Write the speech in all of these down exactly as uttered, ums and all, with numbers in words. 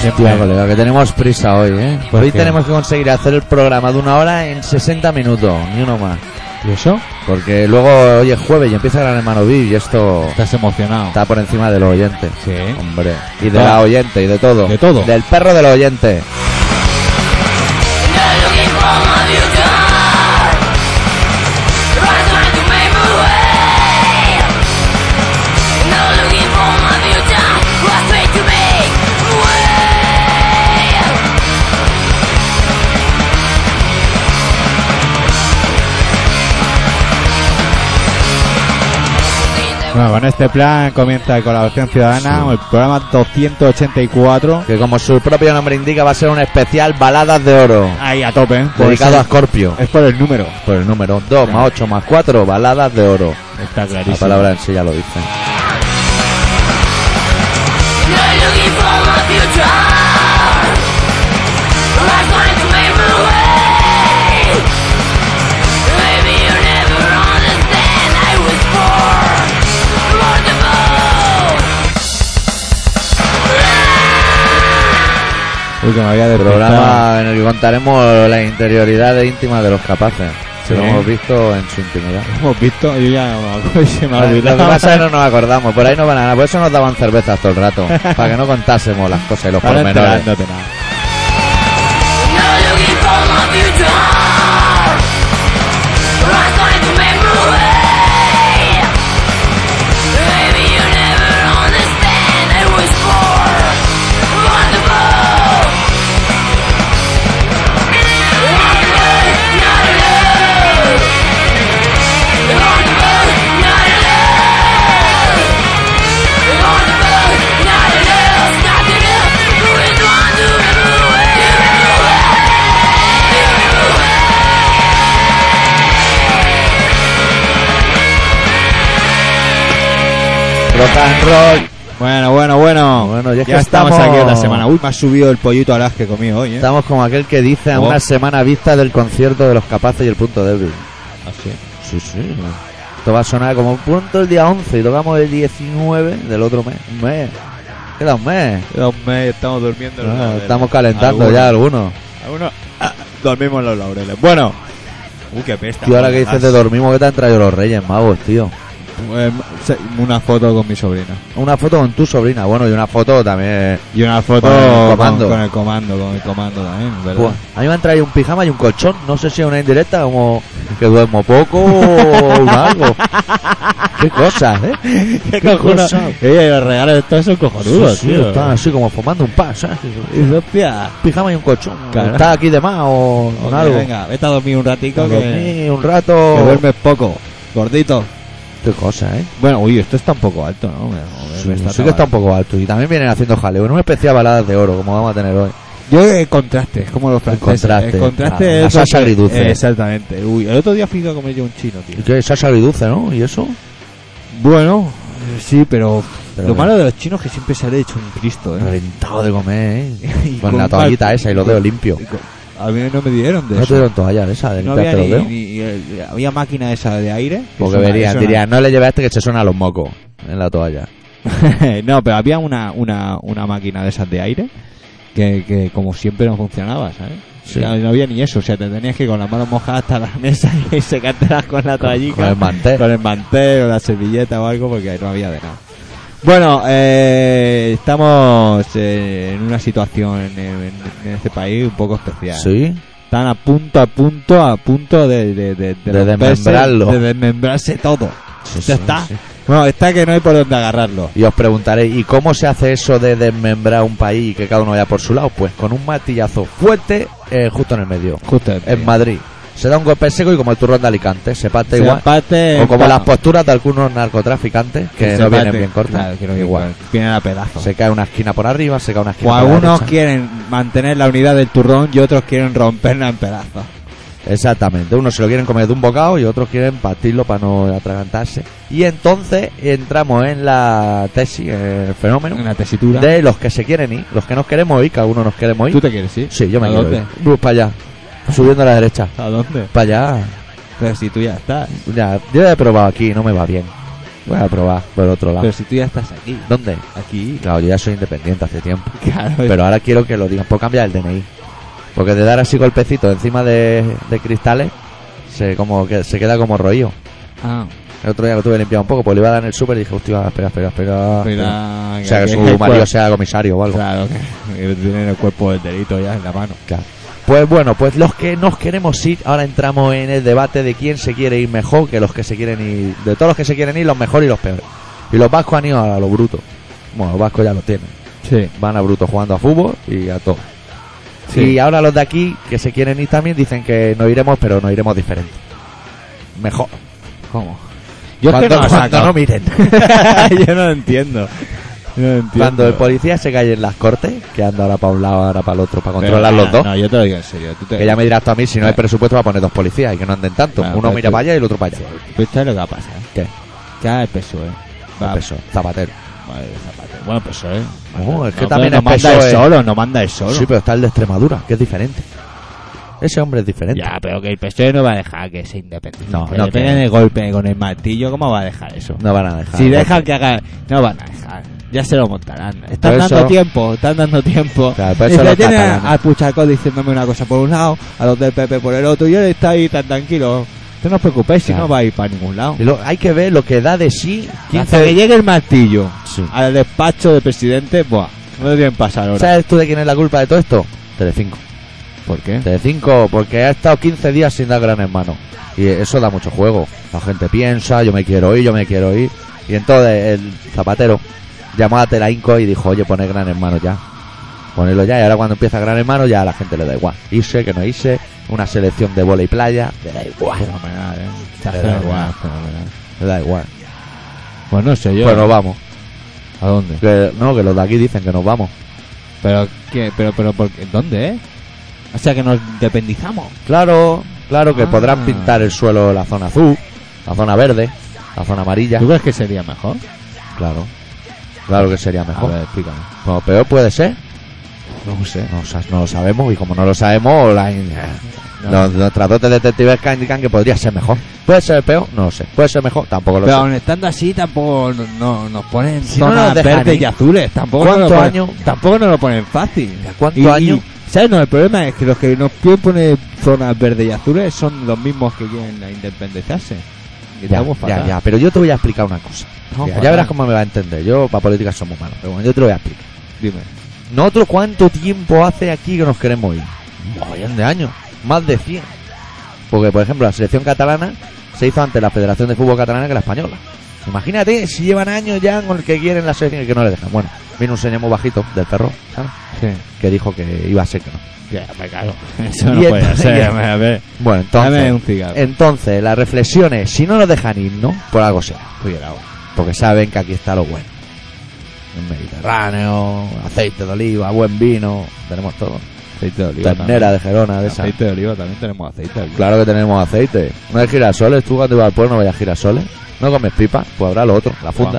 siempre. Hostia, colega, que tenemos prisa hoy, ¿eh? Hoy qué? tenemos que conseguir hacer el programa de una hora en sesenta minutos, ni uno más. ¿Y eso? Porque luego hoy es jueves y empieza Gran Hermano V I P y esto Estás emocionado. está por encima de los oyentes. Sí. Hombre. Y de Ah. la oyente y de todo. De todo. Del perro de los oyentes. Bueno, con este plan comienza Colaboración Ciudadana, Sí. el programa doscientos ochenta y cuatro. Que como su propio nombre indica va a ser un especial Baladas de Oro. Ahí a tope, ¿eh? Dedicado Pues a Scorpio. es por el número. Por el número dos más ocho más cuatro, Baladas de Oro. Está La clarísimo. palabra en sí ya lo dice. Uy, que me había despistado. Programa en el que contaremos la interioridad íntima de los capaces. Sí. Que lo hemos visto en su intimidad. Hemos visto, yo ya no me acuerdo, se me ha Lo que olvidado. pasa es que no nos acordamos, por ahí no van a nada, por eso nos daban cervezas todo el rato, para que no contásemos las cosas y los Para pormenores. enterándote nada. Rock and roll. Bueno, bueno, bueno. Bueno, y es ya que estamos, estamos- aquí otra semana. Uy, me ha subido el pollito alas que he comido hoy, ¿eh? Estamos como aquel que dice a Oh. una semana vista del concierto de los capaces y el punto débil. Así. Sí, sí. Esto va a sonar como punto el día once y tocamos el diecinueve del otro mes. Un mes. Queda un mes. Dos meses estamos durmiendo en los Ah, laureles. estamos calentando Algunos. ya algunos. Algunos ah, dormimos en los laureles. Bueno. Uy, qué pesta. Tío, ahora que dices de dormimos, ¿qué te han traído los Reyes Magos, tío? Eh, se- una foto con mi sobrina. Una foto con tu sobrina, bueno, y una foto también. Y una foto Con el con, comando. con el comando, con el comando también, ¿verdad? Buah, a mí me han traído un pijama y un colchón. No sé si es una indirecta, como que duermo poco o un algo. Qué cosas, ¿eh? ¿Qué cojones? cojones? Oye, los regalos de estos son cojonudos, Sí, sí, tío. están así como fumando un pas, ¿sabes? Y hostia. Pijama y un colchón. Claro. ¿Está aquí de más o o Ok, algo? venga, vete a dormir un ratico que, Dormí un que rato. duermes poco. Gordito. Qué cosa, ¿eh? Bueno, uy, esto está un poco alto, ¿no? Me- me- Sí, me sí que está un poco alto. Y también vienen haciendo jaleo. En una especial Baladas de Oro, como vamos a tener hoy. Yo eh, contraste, es como los franceses. contraste. El contraste Ah, la es salsa lo que- agridulce. eh, exactamente. Uy, el otro día fui a comer yo un chino, tío. Y que salsa agridulce, ¿no? ¿Y eso? Bueno, eh, sí, pero, Pero lo que- malo de los chinos es que siempre sale hecho un Cristo, ¿eh? Reventado de comer, ¿eh? Y Con la toallita esa y los dedos limpios. y con- A mí no me dieron de ¿No eso. te dieron toalla de esa de No había limpiarte los ni, dedos? ni- ni- eh, había máquina esa de aire. que Porque suena- verían, suena- dirían, no le lleves a este que se suena a los mocos en la toalla. No, pero había una, una, una máquina de esas de aire que, que como siempre no funcionaba, ¿sabes? Sí. O sea, no había ni eso, o sea, te tenías que ir con las manos mojadas hasta la mesa y secártelas con la toallica. con el mantel. Con el mantel o la servilleta o algo, porque no había de nada. Bueno, eh, estamos eh, en una situación en, en, en este país un poco especial. Sí. Están a punto, a punto, a punto de, de, de, De romperse, desmembrarlo. de desmembrarse todo. Sí, Ya sí, está. sí. Bueno, está que no hay por dónde agarrarlo. Y os preguntaréis, ¿y cómo se hace eso de desmembrar un país y que cada uno vaya por su lado? Pues con un martillazo fuerte eh, justo en el medio. Justo en En Madrid. Se da un golpe seco y como el turrón de Alicante, se parte Se igual. parte O como en- las posturas de algunos narcotraficantes que se no vienen parte- bien cortas. Claro, que no vienen igual. cortas. Vienen a pedazos. Se cae una esquina por arriba, se cae una esquina O por la algunos derecha. quieren mantener la unidad del turrón y otros quieren romperla en pedazos. Exactamente, unos se lo quieren comer de un bocado y otros quieren partirlo para no atragantarse. Y entonces entramos en la tesis, en el fenómeno Una tesitura. de los que se quieren ir, los que nos queremos ir, cada uno nos queremos ir. ¿Tú te quieres, sí? Sí, yo me ¿A quiero dónde? ir. Pues para allá, subiendo a la derecha, ¿A dónde? para allá. Pero si tú ya estás. Ya, yo ya he probado aquí, no me va bien. Voy a probar por el otro lado. Pero si tú ya estás aquí. ¿Dónde? Aquí. Claro, yo ya soy independiente hace tiempo. Claro. Pero ahora quiero que lo digan. Puedo cambiar el D N I. Porque de dar así golpecitos encima de, de cristales, se como que se queda como roído. Ah. El otro día lo tuve limpiado un poco, pues le iba a dar en el súper y dije, hostia, espera, espera, espera. Mira, O sea, que que- su que el marido cuerpo- sea comisario o algo. Claro, que, que tienen el cuerpo del delito ya en la mano. Claro. Pues bueno, pues los que nos queremos ir, ahora entramos en el debate de quién se quiere ir mejor que los que se quieren ir. De todos los que se quieren ir, los mejores y los peores. Y los vascos han ido a lo bruto. Bueno, los vascos ya lo tienen. Sí. Van a bruto jugando a fútbol y a todo. Sí. Y ahora los de aquí, que se quieren ir también, dicen que no iremos, pero no iremos diferente. Mejor. ¿Cómo? Yo es que Cuando, no lo cuando saco. no miren. Yo no lo entiendo. No lo entiendo. Cuando el policía se cae en las cortes, que anda ahora para un lado, ahora para el otro, para Pero, controlar los ah, dos. No, yo te lo digo en serio. Tú te... Que ya me dirás tú a mí, si no hay Ah. presupuesto, va a poner dos policías y que no anden tanto. Claro, Uno pero mira tú- para allá y el otro para allá. Pues ¿sabes lo que va a pasar? ¿Qué? Que ahora el P S O E. Va El peso, Zapatero. Vale, Zapatero. Bueno, P S O E. No, es que No, también pero no es manda P S O E. el solo, no manda el solo. Sí, pero está el de Extremadura, que es diferente. Ese hombre es diferente. Ya, pero que el P S O E no va a dejar que sea independiente. No, Que no le peguen quiere. el golpe con el martillo, ¿cómo va a dejar eso? No van a dejar. Si dejan que haga... No van a dejar. Ya se lo montarán. Están Por dando eso- tiempo, están dando tiempo. Claro, por Y eso se los tienen catalanes. a Puchacó diciéndome una cosa por un lado, a los del P P por el otro, y él está ahí tan tranquilo. No os preocupéis, si Claro. no va a ir para ningún lado. Y lo- hay que ver lo que da de sí. Hasta que llegue el martillo Sí. al despacho del presidente, buah, no le deben pasar ahora. ¿Sabes tú de quién es la culpa de todo esto? Telecinco. ¿Por qué? Telecinco, porque ha estado quince días sin dar Gran Hermano. Y eso da mucho juego. La gente piensa, yo me quiero ir, yo me quiero ir. Y entonces el Zapatero llamó a Telainco y dijo, oye, poné Gran Hermano ya. Ponelo ya. Y ahora cuando empieza Gran Hermano ya a la gente le da igual. Irse, que no irse. Una selección de bola y playa. Le da igual. Fenomenal, eh. Está Le da fenomenal, igual. fenomenal. Le da igual. Pues no sé yo. Pues nos vamos. ¿A dónde? Que, no, que los de aquí dicen que nos vamos. Pero, ¿qué? Pero, pero, ¿por qué? ¿Dónde, eh? O sea, que nos independizamos. Claro, claro que Ah. podrán pintar el suelo la zona azul, la zona verde, la zona amarilla. ¿Tú crees que sería mejor? Claro. Claro que sería A mejor. ver, explícame. Como peor puede ser. No sé. No, sa- no lo sabemos y como no lo sabemos, la, No. los, nuestras dotes detectives que indican que podría ser mejor. ¿Puede ser peor? No lo sé. ¿Puede ser mejor? Tampoco lo Pero sé. aun estando así, tampoco no, no- nos ponen Si no zonas nos dejan verdes ir. y azules. Tampoco nos lo ¿Cuántos ponen, años? Tampoco nos lo ponen fácil. ¿Cuántos Y- años? y, ¿sabes? No, el problema es que los que nos quieren poner zonas verdes y azules son los mismos que quieren independizarse. Que Ya, estamos ya, fatal. ya. Pero yo te voy a explicar una cosa. Estamos Ya, fatal. ya verás cómo me va a entender. Yo para política somos malos. Pero bueno, yo te lo voy a explicar. Dime. ¿Nosotros cuánto tiempo hace aquí que nos queremos ir? Un montón de años. Más de cien. Porque, por ejemplo, la selección catalana se hizo ante la Federación de Fútbol Catalana que la española. Imagínate si llevan años ya con el que quieren la selección y que no le dejan. Bueno, vino un señor muy bajito del perro, ¿sabes? Sí. Que dijo que iba a ser que no. Ya, me cago. Eso no Y puede entonces- ser. A ver. Bueno, Dame un entonces, cigarro. entonces la reflexión es, si no nos dejan ir, ¿no? Por algo será. Oye, el agua. Porque saben que aquí está lo bueno. El Mediterráneo, aceite de oliva, buen vino, tenemos todo. Aceite de oliva. Ternera de Gerona, de esa. Aceite de oliva también tenemos aceite de oliva. Claro que tenemos aceite. No hay girasoles, tú cuando ibas al pueblo no vayas girasoles. No comes pipa, pues habrá lo otro, la funda.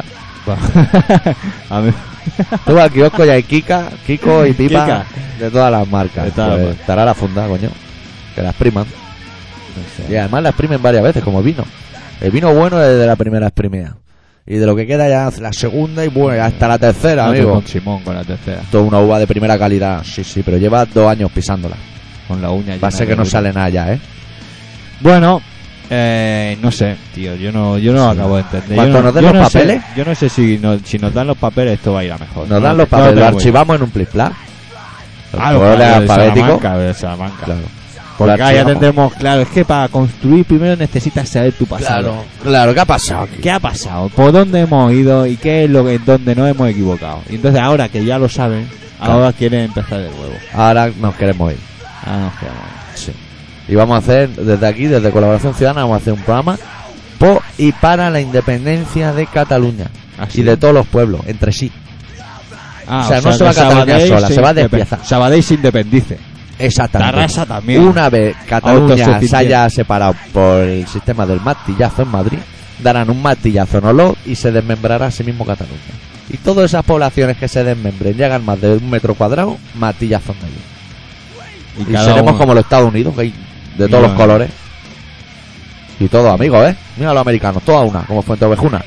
A mí. Tú vas al kiosco y hay Kika, Kiko y pipa Kika. de todas las marcas. De todas Pues las marcas. estará la funda, coño. Que la expriman. Y además la exprimen varias veces, como el vino. El vino bueno es de la primera exprimida. Y de lo que queda ya hace la segunda y bueno, ya hasta la tercera, Otro amigo. con Simón con la tercera. Toda una uva de primera calidad. Sí, sí, pero lleva dos años pisándola. Con la uña. Va a llena ser de que no uña. sale nada ya, ¿eh? Bueno, eh, no sé, tío, yo no, yo no Sí. acabo de entender. ¿Cuánto Yo no- nos den yo los no sé- papeles? yo no sé si, no- si nos dan los papeles esto va a ir a mejor. Nos No, dan los no papeles, lo tengo muy- archivamos en un plisplá. Claro, Por orden claro, de alfabético. Salamanca, de Salamanca. Claro. Porque Lo acá ya archivamos. tendremos, claro, es que para construir primero necesitas saber tu pasado. Claro, claro, ¿qué ha pasado aquí? ¿Qué ha pasado? ¿Por dónde hemos ido? ¿Y qué es lo que, en dónde nos hemos equivocado? Y entonces ahora que ya lo saben, Claro. ahora quieren empezar de nuevo. Ahora nos queremos ir. Ah, nos quedamos. Sí. Y vamos a hacer, desde aquí, desde Colaboración Ciudadana, vamos a hacer un programa por y para la independencia de Cataluña. Así. Y de todos los pueblos, entre sí. Ah, O sea, no se va a que Cataluña Sabadell sola, se va a indepe- despiezar. Sabadell se independice. Exactamente. Tarrasa también. Una vez Cataluña se Autosuficiente. haya separado por el sistema del martillazo en Madrid, darán un martillazo en Olot y se desmembrará a sí mismo Cataluña. Y todas esas poblaciones que se desmembren llegan más de un metro cuadrado, martillazos en medio. Y, cada seremos uno- como los Estados Unidos, que hay de Y todos los yo- colores. Y todos amigos, ¿eh? Mira los americanos, todas una, como Fuente Ovejuna.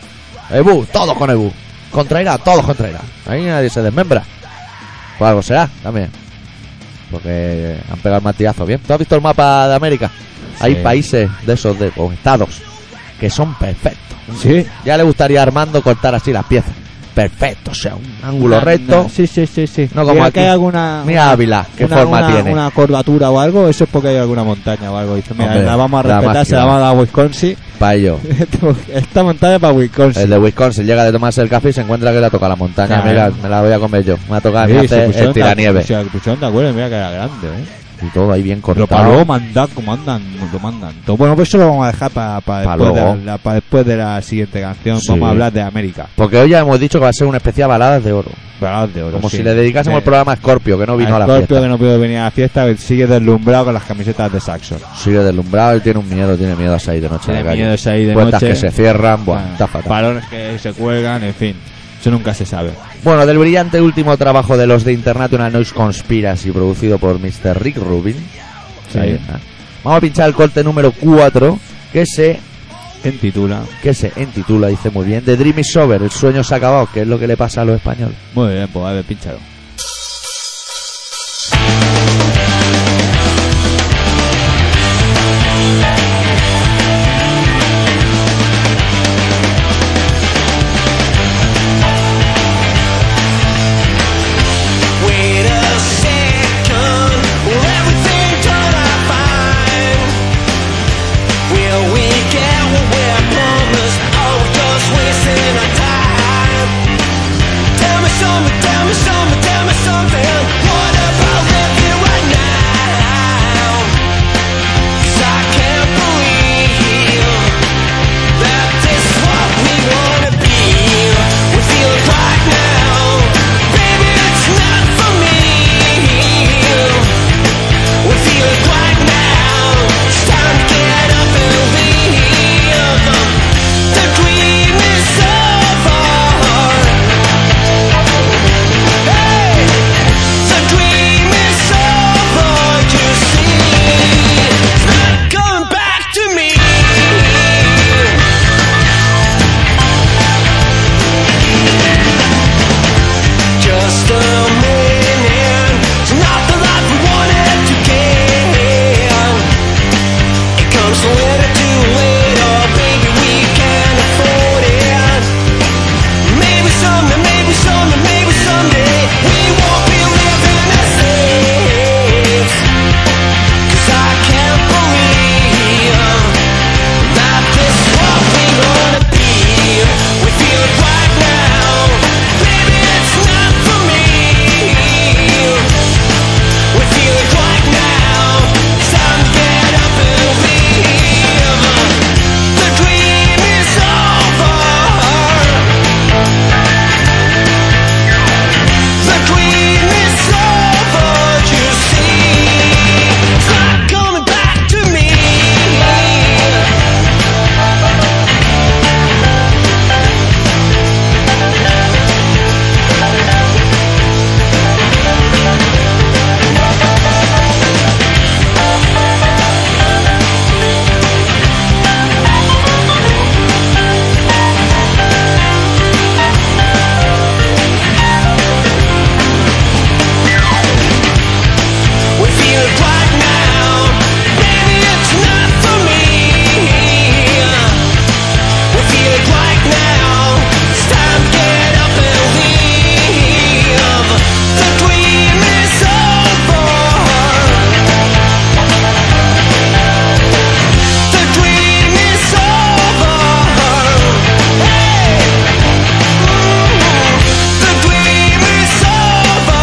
Ebu, todos con Ebu. Contra Irak, todos contra Irak. Ahí nadie se desmembra. Pues algo será también. Porque han pegado el martillazo bien. ¿Tú has visto el mapa de América? Hay Sí. países de esos, de, o estados, que son perfectos. Sí. Ya le gustaría a Armando cortar así las piezas. Perfecto, o sea, un ángulo recto. Sí, sí, sí, sí. No como Mira aquí. que hay alguna... Mira una- Ávila, qué una, forma una- tiene. una curvatura o algo, eso es porque hay alguna montaña o algo. Dice, mira, Hombre, la vamos a la respetar, más se la clara. vamos a dar a Wisconsin. Para ello. Esta montaña es para Wisconsin. El de Wisconsin llega de tomarse el café y se encuentra que le ha tocado la montaña. Claro. Mira, me la voy a comer yo. Me ha tocado a mí Sí, se hacer pusieron el de- tiranieve. Se pusieron de acuerdo, mira que era grande, ¿eh? Y todo ahí bien Pero para cortado. luego mandar, como andan, lo mandan todo. Bueno, pues eso lo vamos a dejar para, para, Pa' después, de luego. la, para después de la siguiente canción. Sí. Vamos a hablar de América. Porque hoy ya hemos dicho que va a ser un especial baladas de oro. Baladas de oro. Como sí. si le dedicásemos Eh, el programa a Scorpio, que no vino a la Scorpio, fiesta. que no pudo venir a la fiesta, que sigue deslumbrado con las camisetas de Saxon. Sigue deslumbrado y tiene un miedo, tiene miedo a salir de noche a Tiene la calle. miedo de salir de Puertas noche. que se cierran, bueno, Ah, está fatal. Balones que se cuelgan, en fin. Eso nunca se sabe. Bueno, del brillante último trabajo de los de International Noise Conspiracy, producido por mister Rick Rubin. Sí. Ahí está. Vamos a pinchar el corte número cuatro, que se En titula. que se intitula, dice muy bien, The Dream is Over, el sueño se ha acabado, que es lo que le pasa a los españoles. Muy bien, pues a ver, pínchalo. Wait a second, will everything turn out fine? Will we get what we're promised? Or we just wasting our time? Tell me something, tell me something, tell me something. What about living right now? 'Cause I can't believe that this is what we wanna be. We feel it right now. Baby, it's not for me. We feel it right now. It's time to get up and leave. The dream is over. Hey, the dream is over. You see, it's not coming back to me. Just a minute, it's not the life we wanted to get. It comes a little too late, oh baby, we can't afford it. Maybe someday, maybe someday, maybe someday, we won't be living as slaves. 'Cause I can't believe that this is what we wanna be. We feel it right now. Baby, it's not for me. We feel it right now. It's time to get up and leave. The dream is over. The dream is over. You see, it's not coming back to me. We feel it right now. Baby, it's not for me. We feel it right now. It's time to get up and leave. The dream is over. The dream is over. Hey, the dream is over.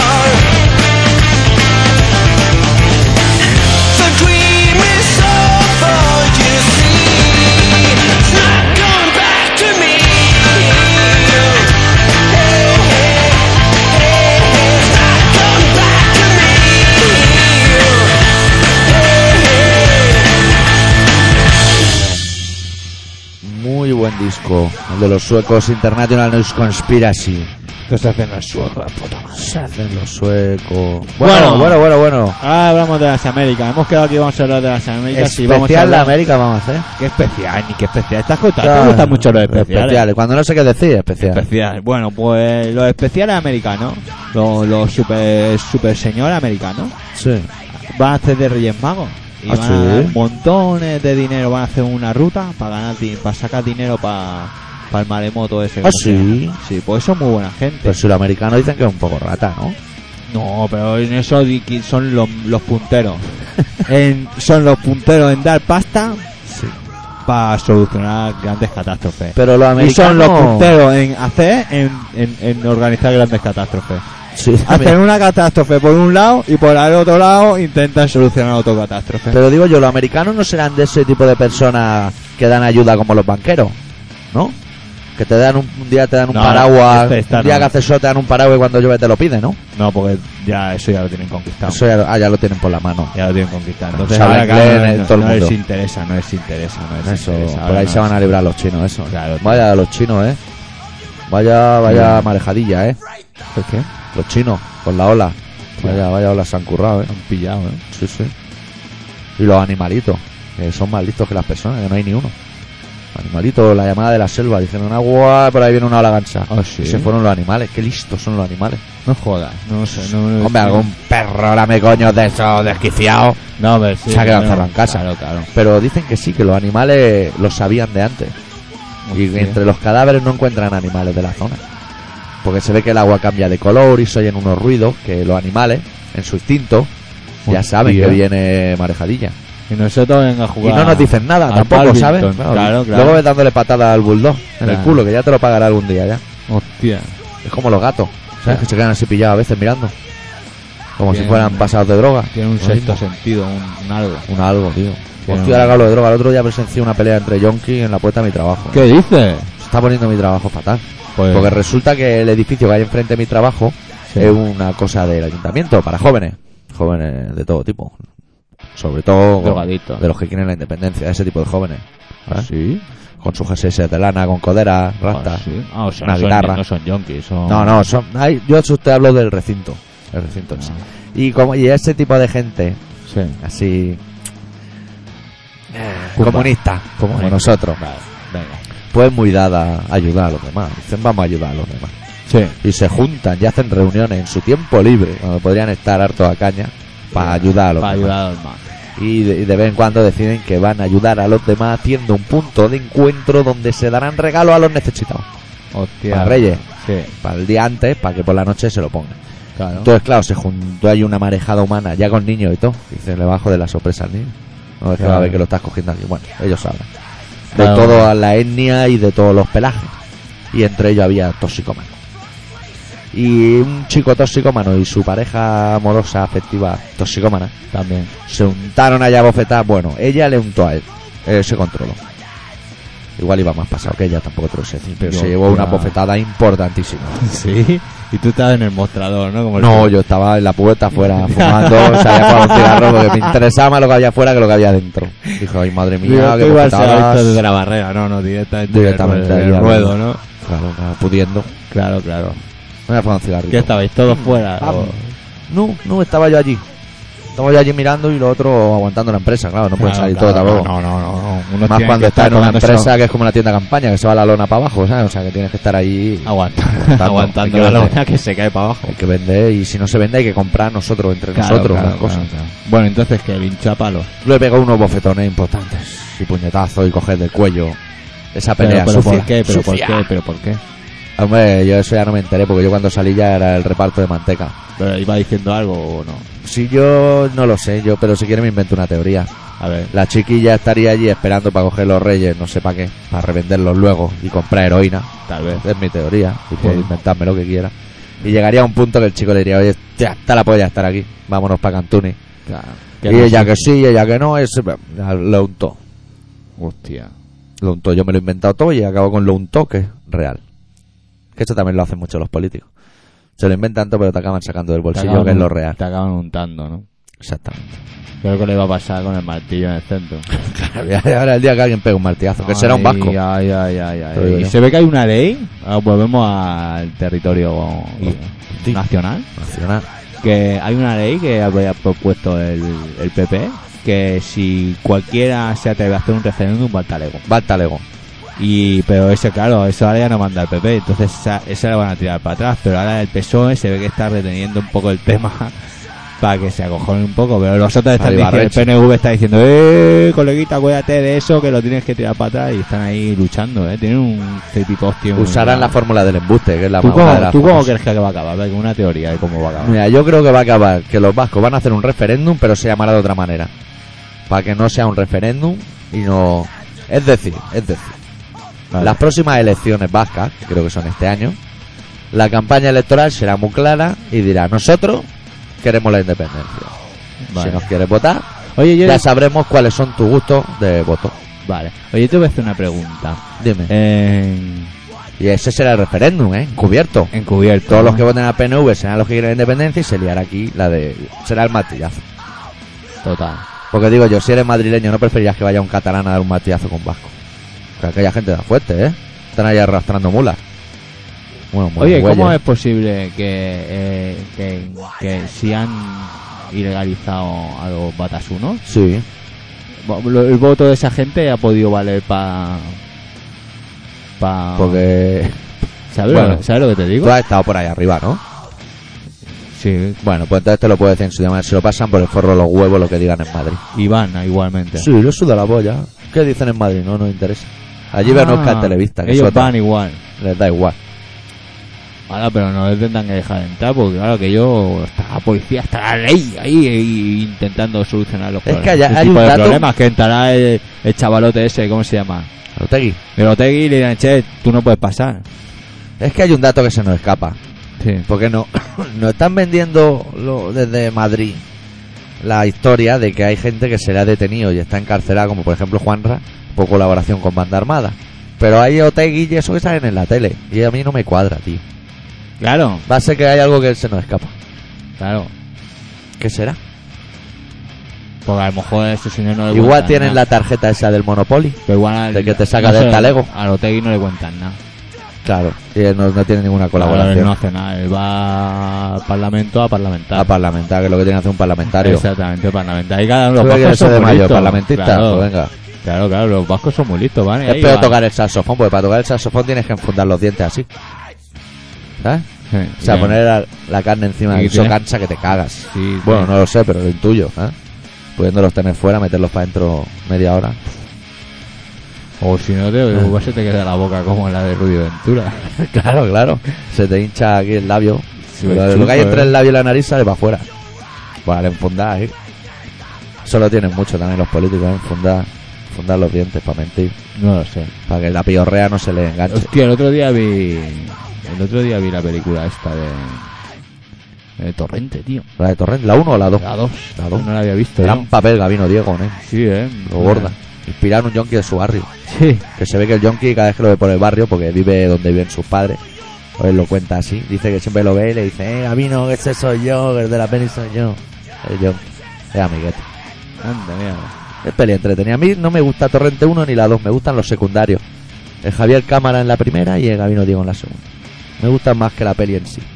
The dream is over, you see. It's not going back to me. Hey, hey, hey, it's not going back to me. Muy buen disco, el de los suecos International Noise Conspiracy. Que se hacen los suecos, puta madre. Se hacen los suecos. Bueno. Bueno, bueno, bueno, bueno. Ahora hablamos de las Américas. Hemos quedado aquí, vamos a hablar de las Américas. Especial y vamos a de hablar... América vamos a hacer. ¿Qué especial? Ni qué especial. ¿Estás contando? ¿Te gustan mucho los especiales? Especiales. Cuando no sé qué decir, especial. Especial. Bueno, pues los especiales americanos, los, los super, super señores americanos, Sí. van a hacer de Reyes Magos. Y ¿Ah, van sí? a dar montones de dinero, van a hacer una ruta para ganar di- para sacar dinero para el maremoto ese. ¿Ah, como se sí? llama. Sí, pues son muy buena gente. Pero si los americanos dicen que es un poco rata, ¿no? No, pero en eso di- que son los, los punteros. en, son los punteros en dar pasta Sí. para solucionar grandes catástrofes. Pero los Y americanos... son los punteros en hacer, en, en, en organizar grandes catástrofes. Sí, Hacen una catástrofe por un lado y por el otro lado intentan solucionar otra catástrofe. Pero digo yo, los americanos no serán de ese tipo de personas que dan ayuda como los banqueros, ¿no? Que te dan un, un día te dan un No, paraguas, este está un día no. que hace sol te dan un paraguas y cuando llueve te lo piden, ¿no? No, porque ya eso ya lo tienen conquistado. Eso ya, lo- ah, ya lo tienen por la mano. Ya lo tienen conquistado. Entonces Sabe ahora inglés, claro, eh, no, todo el no mundo. les interesa, no les interesa, no les Eso, interesa. por Ahora ahí no se van les- a librar los chinos, eso. Claro, tío. Vaya los chinos, ¿eh? Vaya, vaya Mm. marejadilla, ¿eh? ¿Por qué? Los chinos, con la ola. Vaya, vaya ola se han currado, ¿eh? Han pillado, ¿eh? Sí, sí. Y los animalitos, que son más listos que las personas, que no hay ni uno. Animalitos, la llamada de la selva, dijeron agua, por ahí viene una ola gansa. Ah, sí. Y se fueron los animales, qué listos son los animales. No jodas, no sé, no, no Hombre, algún perro lame coño de esos desquiciados. No, pero sí, Se ha quedado no, encerrado en casa. Claro, claro. Pero dicen que sí, que los animales lo sabían de antes. Y Hostia. entre los cadáveres no encuentran animales de la zona. Porque se ve que el agua cambia de color y se oyen unos ruidos que los animales, en su instinto, ya Hostia. saben que viene marejadilla. Y nosotros venga a Y jugar. no nos dicen nada al tampoco, badminton. ¿sabes? Claro, claro. Luego ves dándole patada al bulldog en el Claro. culo, que ya te lo pagará algún día ya. Hostia. Es como los gatos, ¿sabes? Claro. Que se quedan así pillados a veces mirando. Como Bien. si fueran pasados de droga. Tiene un Lo sexto mismo. sentido, un, un algo. Un algo, tío. Tiene Hostia, un- ahora que hablo de droga. El otro día presencié una pelea entre yonkis en la puerta de mi trabajo. ¿Qué dices? Se está poniendo mi trabajo fatal. Pues, Porque resulta que el edificio que hay enfrente de mi trabajo sí. es una cosa del ayuntamiento para jóvenes. Jóvenes de todo tipo. Sobre todo Drogadictos. de los que quieren la independencia, ese tipo de jóvenes. ¿sabes? ¿Sí? Con sus G S de lana, con coderas, rastas. Ah, sí. Ah, o sea, una no son, guitarra. no son yonkis, son... No, no, son, hay, yo te hablo del recinto. El recinto ese. Y como y ese tipo de gente, Sí. así Pumba. comunista, como Venga. nosotros, Vale, venga. pues muy dada a ayudar a los demás. Dicen, vamos a ayudar a los demás. Sí. Y se juntan y hacen reuniones en su tiempo libre, cuando podrían estar hartos a caña, para ayudar a los Para demás. ayudar a los demás. Y de, y de vez en cuando deciden que van a ayudar a los demás haciendo un punto de encuentro donde se darán regalos a los necesitados. Hostia. Para Reyes, Sí, para el día antes, para que por la noche se lo pongan. claro. Entonces, claro, se juntó ahí una marejada humana, ya con niños y todo. Y se le bajo de la sorpresa al niño. No es que va a ver que lo estás cogiendo aquí. Bueno, ellos saben. De Claro. toda la etnia y de todos los pelajes. Y entre ellos había toxicómanos. Y un chico toxicómano y su pareja amorosa, afectiva, toxicómana, También. se untaron allá a bofetadas. Bueno, ella le untó a él. Él se controló. Igual iba más pasado que ella, tampoco te lo sé decir. Pero Yo, se llevó una ya. bofetada importantísima. Sí. Y tú estabas en el mostrador, ¿no? Como el No, que- yo estaba en la puerta afuera fumando, o sea, ya fumaba un cigarro porque me interesaba más lo que había afuera que lo que había dentro. Dijo, ay madre Digo, mía, tú qué igual se ha visto bofetadas. desde la barrera, no, no, directamente, Directamente del ahí, ruedo, al del ruedo. ruedo, ¿no? Claro, claro, pudiendo. Claro, claro. Me voy a fumar un cigarrito. ¿Qué estabais todos fuera? Ah, o- No, no, estaba yo allí. Estaba yo allí mirando y lo otro aguantando la empresa, claro, no pueden Claro, salir claro, todo tampoco. No, no, no, no. Unos Más tienen cuando que estás estar en una tomando empresa eso- que es como una tienda campaña, que se va la lona para abajo, ¿sabes? O sea, que tienes que estar ahí Aguantando, aguantando hay que la vender. lona que se cae para abajo. Hay que vender y si no se vende hay que comprar nosotros, entre Claro, nosotros, claro, las cosas. claro, claro. Bueno, entonces, que hincha palos. Le pegó unos bofetones importantes y puñetazos y coger del cuello. Esa pelea Pero, pero sucia, ¿por qué? ¿Pero por sucia. qué? ¿Pero por qué? Hombre, yo eso ya no me enteré porque yo cuando salí ya era el reparto de manteca. ¿Pero iba diciendo algo o no? Si yo no lo sé, yo, pero si quiere me invento una teoría. A ver. La chiquilla estaría allí esperando para coger los reyes, no sé para qué, para revenderlos luego y comprar heroína. Tal vez. Es mi teoría, y puedo Sí. inventarme lo que quiera. Y llegaría a un punto que el chico le diría, oye, tía, está la polla estar aquí, vámonos para Cantuni. Claro. Y ella que sí, y ella que no, ese, lo untó. Hostia. Lo untó, yo me lo he inventado todo y acabo con lo untó, que es real. Que esto también lo hacen mucho los políticos. Se lo inventan todo, pero te acaban sacando del bolsillo, Te acaban que es lo un- real. Te acaban untando, ¿no? Exactamente. Creo que le va a pasar con el martillo en el centro. Ahora el día que alguien pegue un martillazo, que será un vasco. Ay, ay, ay, ay, ay. Te digo Y yo. se ve que hay una ley, ahora volvemos al territorio Sí. nacional, Nacional. que hay una ley que había propuesto el, el P P, que si cualquiera se atreve a hacer un referéndum, va al talego. Va al talego. Y, pero ese, claro, eso ahora ya no manda el P P, entonces esa, esa la van a tirar para atrás, pero ahora el P S O E se ve que está reteniendo un poco el tema para que se acojonen un poco, pero los otros están Ahí va diciendo, el Reche. P N V está diciendo, eh, coleguita, cuídate de eso, que lo tienes que tirar para atrás, y están ahí luchando, eh, tienen un tripitostio. Usarán la fórmula del embuste, que es la ¿Tú más una de cómo, las ¿tú cómo famosas. crees que va a acabar? Venga, una teoría de cómo va a acabar. Mira, yo creo que va a acabar que los vascos van a hacer un referéndum, pero se llamará de otra manera. Para que no sea un referéndum y no... Es decir, es decir, Vale. las próximas elecciones vascas, que creo que son este año, la campaña electoral será muy clara y dirá, nosotros queremos la independencia. Vale. Si nos quieres votar, Oye, yo... ya sabremos cuáles son tus gustos de voto. Vale. Oye, te voy a hacer una pregunta. Dime. En... Y ese será el referéndum, ¿eh? Encubierto. Encubierto. Todos ¿no? los que voten al P N V serán los que quieren la independencia y se liará aquí la de... Será el martillazo. Total. Porque digo yo, si eres madrileño, ¿no preferirías que vaya un catalán a dar un martillazo con vasco? Que aquella gente da fuerte, ¿eh? Están ahí arrastrando mulas. Bueno, muy Oye, güeyes. ¿cómo es posible que, eh, que, que si han ilegalizado a los batasunos, Sí. vo- lo- el voto de esa gente ha podido valer para... Pa... Porque ¿Sabes, bueno, lo, ¿Sabes lo que te digo? tú has estado por ahí arriba, ¿no? Sí, Bueno, pues entonces te lo puedo decir en su idioma. Se lo pasan por el forro de los huevos lo que digan en Madrid. Iván, igualmente. Sí, lo suda la polla. ¿Qué dicen en Madrid? No nos interesa. Allí Ah, ven Oscar Televista, que ellos eso van igual. les da igual. Ahora, pero no les tendrán que dejar entrar porque claro que yo está la policía, está la ley ahí eh, intentando solucionar los Es problemas. que allá Ese hay tipo un de dato- problemas que entrará el, el chavalote ese, ¿cómo se llama? Otegui. El Otegui y le dirán, che, tú no puedes pasar. Es que hay un dato que se nos escapa. Sí. Porque no, nos están vendiendo lo- desde Madrid la historia de que hay gente que se le ha detenido y está encarcelada, como por ejemplo Juanra, por colaboración con banda armada. Pero hay Otegui y eso que salen en la tele. Y a mí no me cuadra, tío. Claro, Va a ser que hay algo que se nos escapa. claro. ¿Qué será? Porque a lo mejor a ese señor no le Igual cuentan tienen nada. la tarjeta esa del Monopoly. Pero igual al- de que te saca no del sé, talego. Al Otegui no le cuentan nada. Claro. Y él no, no tiene ninguna Claro, él colaboración. no hace nada. Él va al parlamento a parlamentar. A parlamentar, que es lo que tiene que hacer un parlamentario. Exactamente, parlamentar. Y cada uno ¿Tú los qué quieres vascos ser son de muy mayor? listos. ¿Parlamentista? Claro, Pues venga. claro, claro, los vascos son muy listos, ¿vale? Es Ahí peor van. tocar el saxofón, porque para tocar el saxofón tienes que enfundar los dientes así. ¿Sabes? Sí, O sea, bien. poner la, la carne encima, Y eso tienes- cansa que te cagas. Sí, Bueno, sí. no lo sé, pero lo intuyo, ¿eh? Pudiéndolos tener fuera, meterlos para adentro media hora. O si no, te, igual se te queda la boca como la de Rudy Ventura. Claro, claro. Se te hincha aquí el labio. Sí, Pero chuzo, lo que hay entre ¿eh? el labio y la nariz sale para afuera. Para enfundar ahí. Eso lo tienen mucho también los políticos, ¿eh? Enfundar, enfundar los dientes para mentir. No lo sé. Para que la piorrea no se le enganche. Hostia, el otro día vi... El otro día vi la película esta de... De Torrente, tío. ¿La de Torrent? ¿La uno o la dos? La dos. La dos. No la había visto. Gran yo. papel Gabino Diego, ¿eh? Sí, eh. Lo gorda. Inspirado en un yonki de su barrio. Sí. Que se ve que el yonki cada vez que lo ve por el barrio, porque vive donde viven sus padres, pues él lo cuenta así. Dice que siempre lo ve y le dice, eh, Gabino, que ese soy yo, que el de la peli soy yo. El yonki. Es amiguete. Anda, mira. Es peli entretenida. A mí no me gusta Torrente uno ni la dos, me gustan los secundarios. El Javier Cámara en la primera y el Gabino Diego en la segunda. Me gustan más que la peli en sí.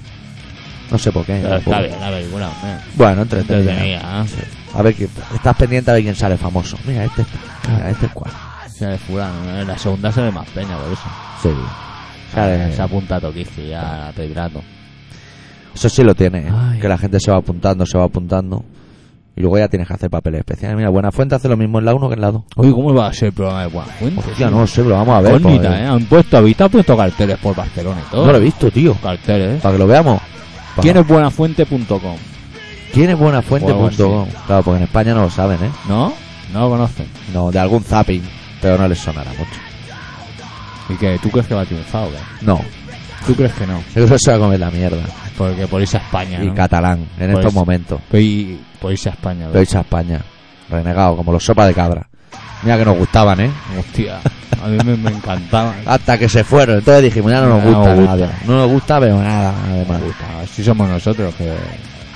No sé por qué. Pero está Por- bien la película, hombre. Bueno, entretenida. Entretenida, ¿eh? A ver, que estás pendiente a ver quién sale famoso. Mira, este está. Mira, este es cuál. Se de fulano, ¿no? En la segunda se ve más peña por eso. Sí. Sale- Se apunta a Toquici ya a Pedrato. Eso sí lo tiene, ¿eh? Ay. Que la gente se va apuntando, se va apuntando. Y luego ya tienes que hacer papeles especiales. Mira, Buenafuente hace lo mismo en la uno que en la dos. Oye, ¿cómo va a ser el programa de Buenafuente? Hostia, no lo sé, pero vamos a ver. Incógnita, pues, ¿eh? Han puesto, ¿habéis han puesto carteles por Barcelona y todo? No lo he visto, tío. Carteles, ¿eh? Para que lo veamos. Pa- ¿Quién es buenafuente punto com? ¿Quién es Buenafuente O algo punto com? Claro, porque en España no lo saben, ¿eh? ¿No? No lo conocen. No, de algún zapping. Pero no les sonará mucho. ¿Y qué? ¿Tú crees que va a triunfar o qué? No. ¿Tú crees que no? Yo creo que se va a comer la mierda. Porque por irse a España, Y ¿no? catalán, en Pues- estos momentos. Pues y- por irse a España, Lo hice a España. Renegado, como los sopas de cabra. Mira que nos gustaban, ¿eh? Hostia, a mí me, me encantaba. Hasta que se fueron. Entonces dijimos, ya no nos No gusta nos nada. gusta. No nos gusta, pero nada, Me además. gusta. Así somos nosotros, que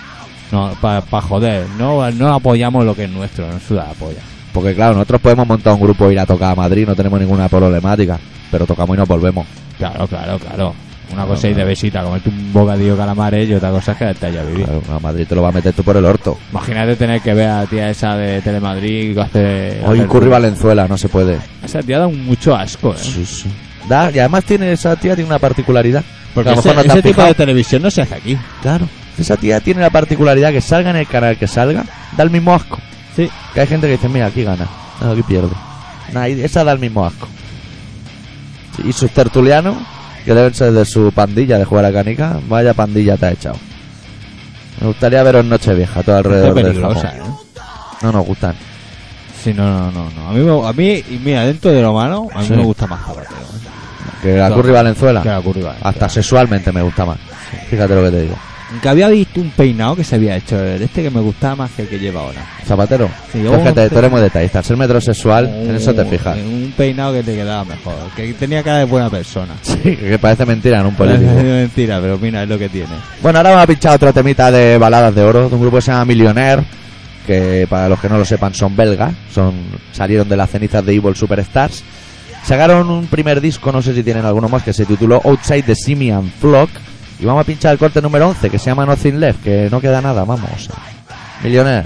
No, para pa joder, no, no apoyamos lo que es nuestro, no suda la polla. Porque claro, nosotros podemos montar un grupo e ir a tocar a Madrid, no tenemos ninguna problemática, pero tocamos y nos volvemos. Claro, claro, claro. Una Claro, cosa es ir de claro. visita, comerte un bocadillo de calamares y otra cosa es quedarte allá a vivir. Claro, a Madrid te lo va a meter tú por el orto. Imagínate tener que ver a la tía esa de Telemadrid que hace... Hoy hacer- Curry Valenzuela, no se puede. Esa tía da un mucho asco, ¿eh? Sí, sí. Da, y además tiene esa tía tiene una particularidad. Porque a lo ese, mejor no te has ese tipo fijado. de televisión no se hace aquí. Claro. Esa tía tiene la particularidad que salga en el canal que salga, da el mismo asco. Sí. Que hay gente que dice, mira, aquí gana, no, aquí pierde. Nah, y esa da el mismo asco. Sí, y sus tertulianos, que deben ser de su pandilla de jugar a canica, vaya pandilla te ha echado. Me gustaría veros Nochevieja todo alrededor Está del peligrosa, jamón. ¿eh? No nos gustan. Sí, no, no, no, no. A mí, me- a mí y mira, dentro de lo malo, a mí Sí. me gusta más Zapatero. ¿eh? Que la Claro. Curry Valenzuela, Que la Curry Valenzuela. hasta sexualmente me gusta más. Fíjate lo que te digo. Que había visto un peinado que se había hecho, el este que me gustaba más que el que lleva ahora. Zapatero, Sí, tú, es que yo- te- tú eres muy detallista. Al ser metrosexual, en eso te Un- fijas. Un peinado que te quedaba mejor, que tenía cara de buena persona. Sí, que parece mentira en un político. Es mentira, pero mira, es lo que tiene. Bueno, ahora vamos a pinchar otro temita de baladas de oro de un grupo que se llama Millionaire, que para los que no lo sepan son belgas, son salieron de las cenizas de Evil Superstars. Sacaron un primer disco, no sé si tienen alguno más, que se tituló Outside the Simian Flock. Y vamos a pinchar el corte número once, que se llama Nothing Left, que no queda nada, vamos. Millionaire.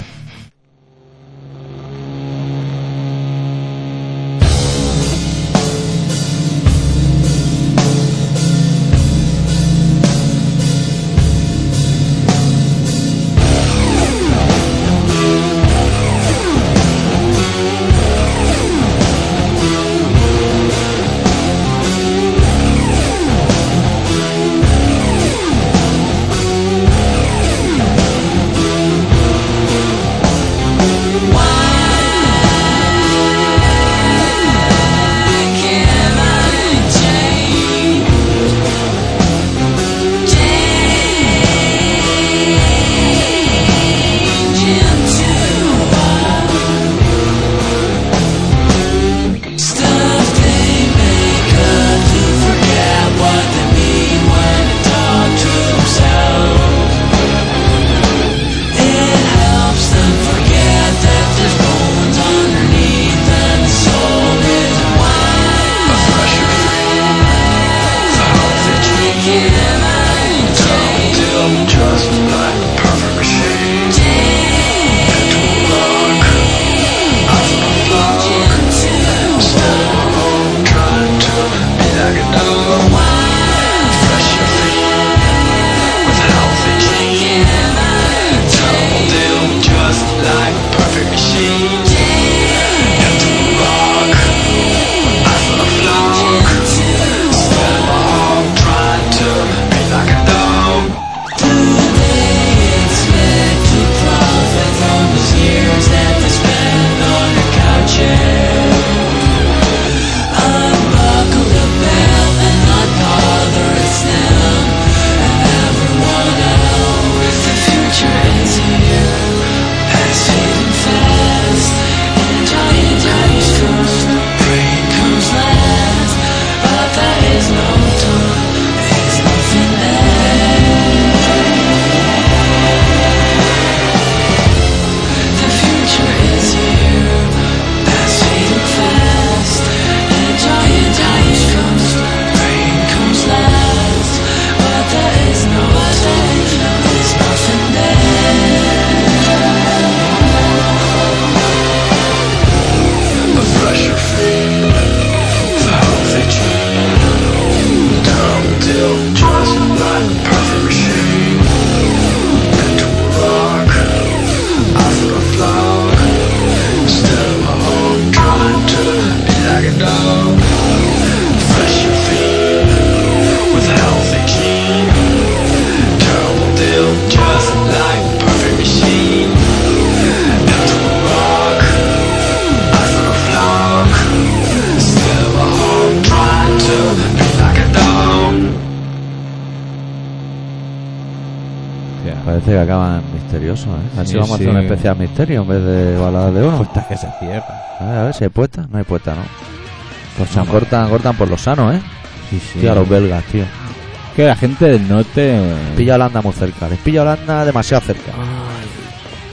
Parece que acaban misteriosos, ¿eh? Así Sí, vamos a hacer sí. un especial misterio en vez de baladas de oro. Hasta que se cierra. A ver, a ver si hay puesta. No hay puesta, ¿no? Pues se No, cortan, cortan por lo sano, ¿eh? Sí, sí. Tío, a los belgas, tío. Que la gente del norte... Pilla Holanda muy cerca. Les pilla Holanda demasiado cerca. Ay,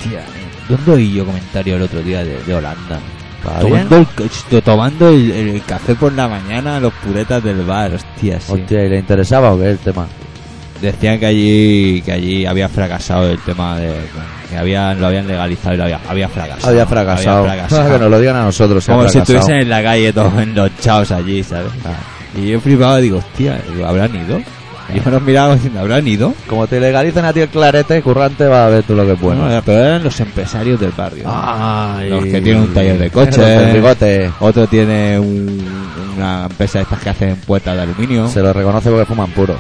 Hostia, eh, ¿dónde oí yo comentario el otro día de, de Holanda? ¿Está bien? Tomando, el, co- tomando el, el café por la mañana, los puretas del bar, hostia, sí. Hostia, ¿y le interesaba o qué el tema? Decían que allí que allí había fracasado el tema de que habían lo habían legalizado y lo había, había fracasado. Había fracasado. Había fracasado. Que nos lo digan a nosotros. si ha Como si fracasado. estuviesen en la calle todos enlochados allí, ¿sabes? Ah. Y yo flipaba y digo, hostia, digo, ¿habrán ido? Y yo nos miraba diciendo, ¿habrán ido? Como te legalicen a ti el clarete, currante, va a ver tú lo que es bueno. Bueno, pero eran los empresarios del barrio. Ay. Los que tienen un taller de coches. Los del bigote. Otro tiene un- una empresa de estas que hacen puertas de aluminio. Se lo reconoce porque fuman puro.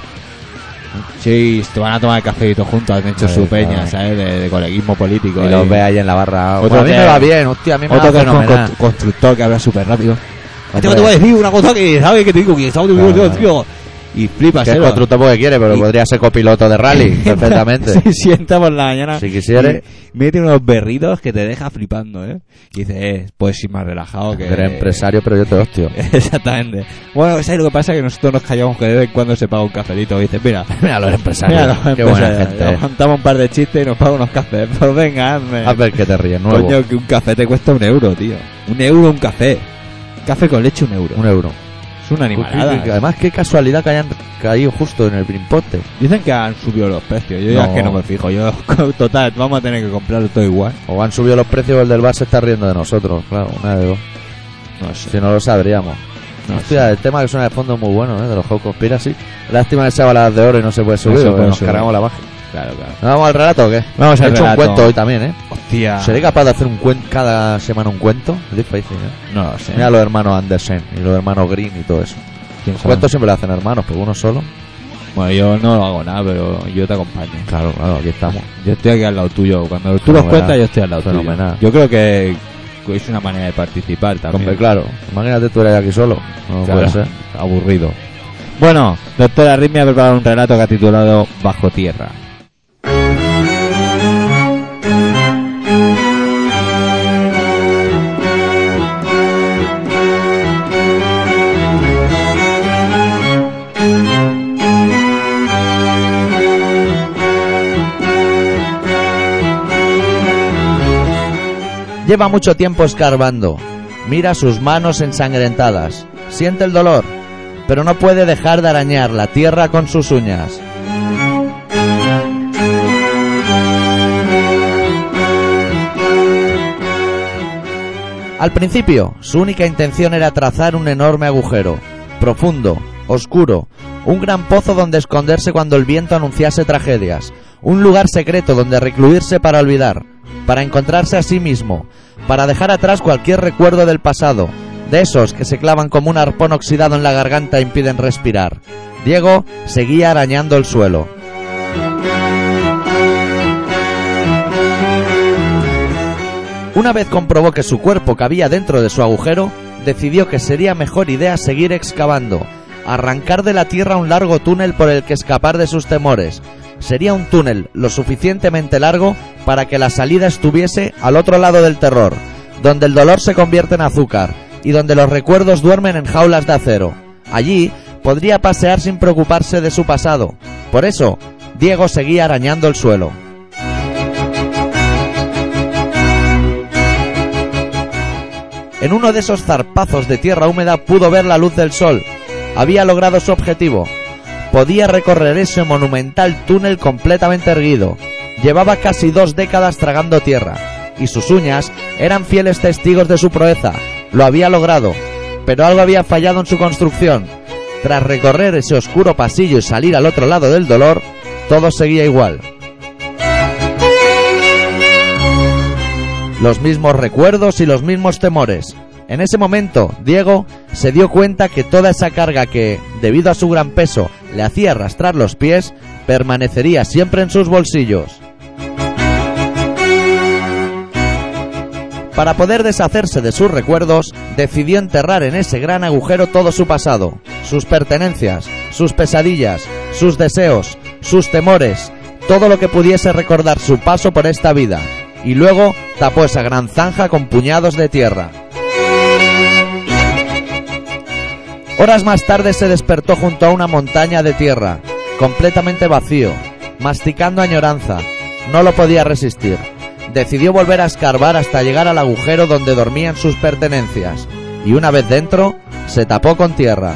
Sí, te van a tomar el cafecito juntos, han hecho Ahí su está. peña, ¿sabes? De, de coleguismo político. Y ahí. los ve ahí en la barra. Otro Pues a mí que- me va bien, hostia, a mí me Otro va que es un fenomenal. constru- constructor que habla súper rápido. Hombre. Te voy a decir una cosa que, ¿sabes? Que te digo que estamos de Claro, tío, claro. tío. Y flipas, Que es ¿eh? constructor porque quiere, pero Y- podría ser copiloto de rally perfectamente. Se sienta por la mañana. Si quisiere. y Mete unos berritos que te deja flipando, ¿eh? Y dices, eh, puedes ir más relajado que. Eres empresario, pero yo te hostio. Exactamente. Bueno, ¿sabes lo que pasa? Que nosotros nos callamos que de vez en cuando se paga un cafelito. Y dices, mira, Mira los empresarios. mira, los Qué buena empresarios, gente. nos montamos un par de chistes y nos pagan unos cafés. Pues venga, hazme. A ver que te ríes, nuevo. Coño, que un café te cuesta un euro, tío. Un euro un café. Café con leche, un euro. Un euro. Es una animalada. Además, qué casualidad que hayan caído justo en el Brimpote. Dicen que han subido los precios. Yo ya No. es que no me fijo. Yo, total, vamos a tener que comprarlo todo igual. O han subido los precios o el del bar se está riendo de nosotros. Claro, una de dos. No sé. Si no lo sabríamos. No Hostia, el tema que suena de fondo es muy bueno, ¿eh? De los Juegos Conspiracy. Lástima que sea baladas de oro y no se puede subir, se porque puede nos subir. cargamos la magia. Claro, claro. ¿No vamos al relato o qué? Vamos He al hecho un relato. cuento hoy también, ¿eh? Hostia. ¿Seré capaz de hacer un cuento cada semana un cuento? Es difícil, ¿eh? No lo sé. Mira los hermanos Andersen y los hermanos Green y todo eso. ¿Quién Los sabe? cuentos siempre lo hacen hermanos, pero uno solo. Bueno, yo no lo hago nada, pero yo te acompaño. Claro, claro, aquí estamos. Yo estoy aquí al lado tuyo. Cuando tú los Fenomenal. cuentas, yo estoy al lado Fenomenal. tuyo. Yo creo que es una manera de participar también. Hombre, claro. Imagínate tú eres aquí solo. No Claro, puede ser. aburrido. Bueno, doctor Arritmia ha preparado un relato que ha titulado Bajo Tierra. Lleva mucho tiempo escarbando. Mira sus manos ensangrentadas. Siente el dolor, pero no puede dejar de arañar la tierra con sus uñas. Al principio, su única intención era trazar un enorme agujero, profundo, oscuro, un gran pozo donde esconderse cuando el viento anunciase tragedias, un lugar secreto donde recluirse para olvidar, para encontrarse a sí mismo, para dejar atrás cualquier recuerdo del pasado, de esos que se clavan como un arpón oxidado en la garganta e impiden respirar. Diego seguía arañando el suelo. Una vez comprobó que su cuerpo cabía dentro de su agujero, decidió que sería mejor idea seguir excavando, arrancar de la tierra un largo túnel por el que escapar de sus temores. Sería un túnel lo suficientemente largo para que la salida estuviese al otro lado del terror, donde el dolor se convierte en azúcar y donde los recuerdos duermen en jaulas de acero. Allí podría pasear sin preocuparse de su pasado. Por eso, Diego seguía arañando el suelo. En uno de esos zarpazos de tierra húmeda pudo ver la luz del sol. Había logrado su objetivo. Podía recorrer ese monumental túnel completamente erguido. Llevaba casi dos décadas tragando tierra, y sus uñas eran fieles testigos de su proeza. Lo había logrado, pero algo había fallado en su construcción. Tras recorrer ese oscuro pasillo y salir al otro lado del dolor, todo seguía igual. Los mismos recuerdos y los mismos temores. En ese momento, Diego se dio cuenta que toda esa carga que, debido a su gran peso, le hacía arrastrar los pies, permanecería siempre en sus bolsillos. Para poder deshacerse de sus recuerdos, decidió enterrar en ese gran agujero todo su pasado, sus pertenencias, sus pesadillas, sus deseos, sus temores, todo lo que pudiese recordar su paso por esta vida, y luego tapó esa gran zanja con puñados de tierra. Horas más tarde se despertó junto a una montaña de tierra, completamente vacío, masticando añoranza. No lo podía resistir. decidió volver a escarbar hasta llegar al agujero donde dormían sus pertenencias, y una vez dentro, se tapó con tierra.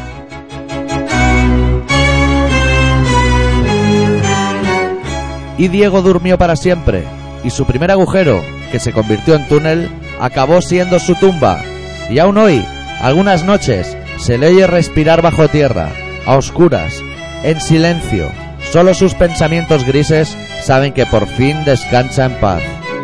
Y Diego durmió para siempre, y su primer agujero, que se convirtió en túnel, acabó siendo su tumba. Y aún hoy, algunas noches, se le oye respirar bajo tierra, a oscuras, en silencio. Solo sus pensamientos grises saben que por fin descansa en paz.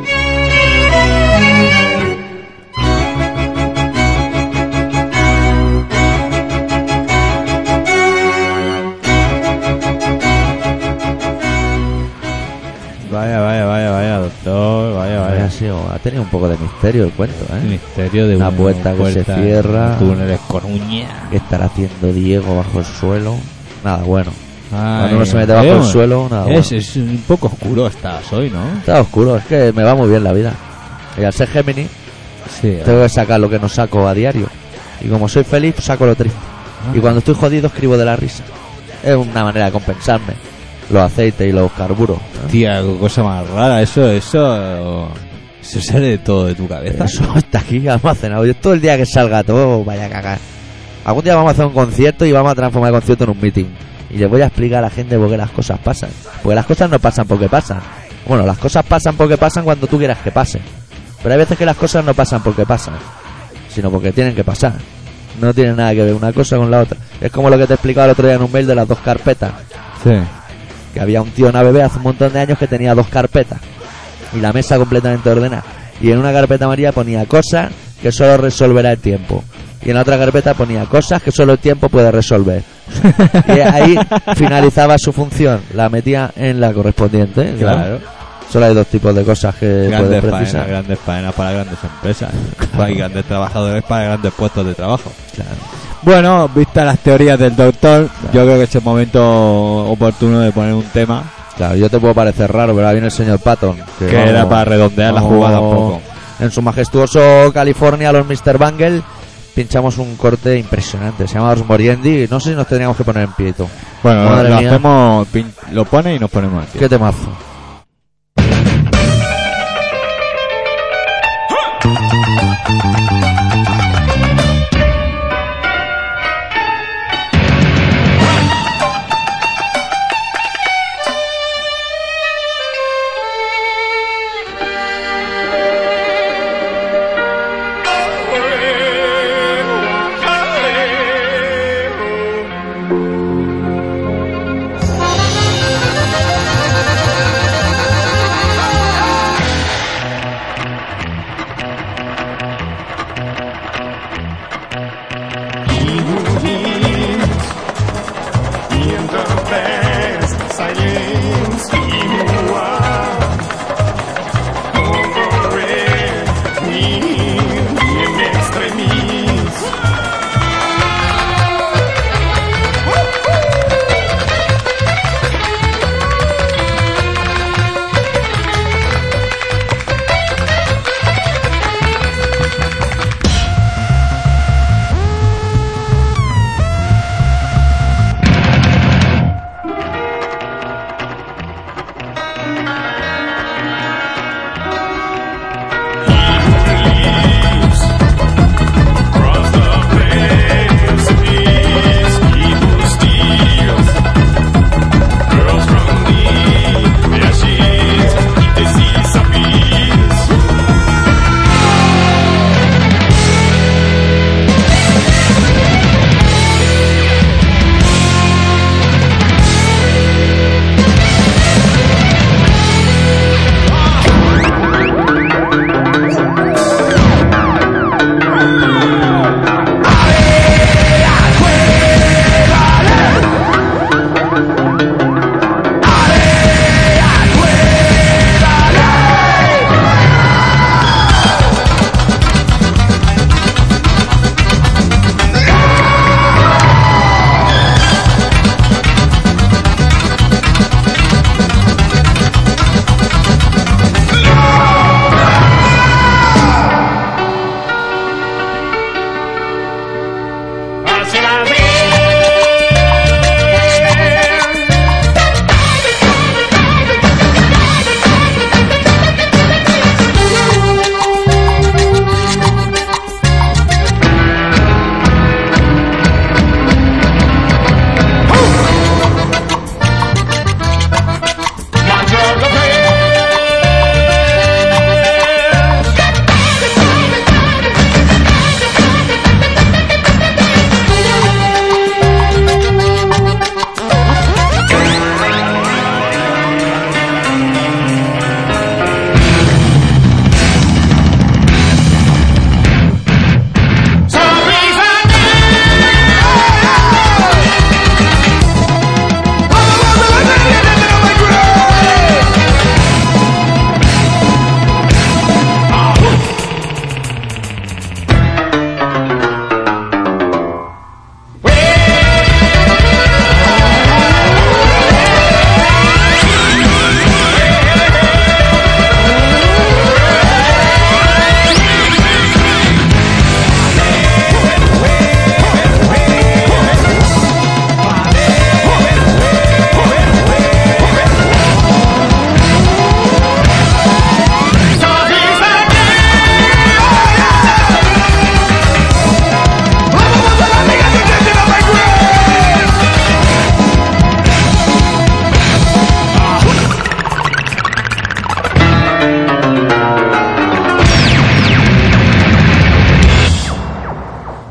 Vaya, vaya, vaya, vaya, doctor, vaya, Vaya, vaya. sí, ha tenido un poco de misterio el cuento, El ¿eh? misterio de Una una puerta que se cierra. túneles con uña. ¿Qué estará haciendo Diego bajo el suelo? Nada bueno. Ay, Cuando uno se mete bajo eh, el suelo, nada bueno. es, es un poco oscuro estás hoy, ¿no? Está oscuro, es que me va muy bien la vida. Y al ser Gemini, Sí. tengo que sacar lo que no saco a diario. Y como soy feliz, pues saco lo triste. Ah. Y cuando estoy jodido, escribo de la risa. Es una manera de compensarme los aceites y los carburos, ¿no? Tía, qué cosa más rara. Eso, eso... Eso sale de todo de tu cabeza. Eso está aquí almacenado. Yo todo el día que salga todo, vaya a cagar. Algún día vamos a hacer un concierto y vamos a transformar el concierto en un meeting. Y les voy a explicar a la gente por qué las cosas pasan. Porque las cosas no pasan porque pasan. Bueno, las cosas pasan porque pasan cuando tú quieras que pasen. Pero hay veces que las cosas no pasan porque pasan, sino porque tienen que pasar. No tienen nada que ver una cosa con la otra. Es como lo que te explicaba el otro día en un mail de las dos carpetas. Sí. Que había un tío en A B B hace un montón de años que tenía dos carpetas. Y la mesa completamente ordenada. Y en una carpeta amarilla ponía cosas que solo resolverá el tiempo. Y en la otra carpeta ponía cosas que solo el tiempo puede resolver. Y ahí finalizaba su función. La metía en la correspondiente, ¿no? Claro. Solo hay dos tipos de cosas que Grandes puedes faenas, precisar. grandes faenas para grandes empresas. Hay grandes trabajadores para grandes puestos de trabajo. Claro. Bueno, vistas las teorías del doctor, yo creo que es el momento oportuno de poner un tema Claro, yo te puedo parecer raro, pero ahí viene el señor Patton. Que, que vamos, era para redondear la vamos, jugada un poco. En su majestuoso California, los mister Bangle, pinchamos un corte impresionante. Se llama Ars Moriendi. No sé si nos tendríamos que poner en pie y todo. Bueno, Madre lo mía. hacemos, pin- lo pone y nos ponemos aquí. Qué temazo.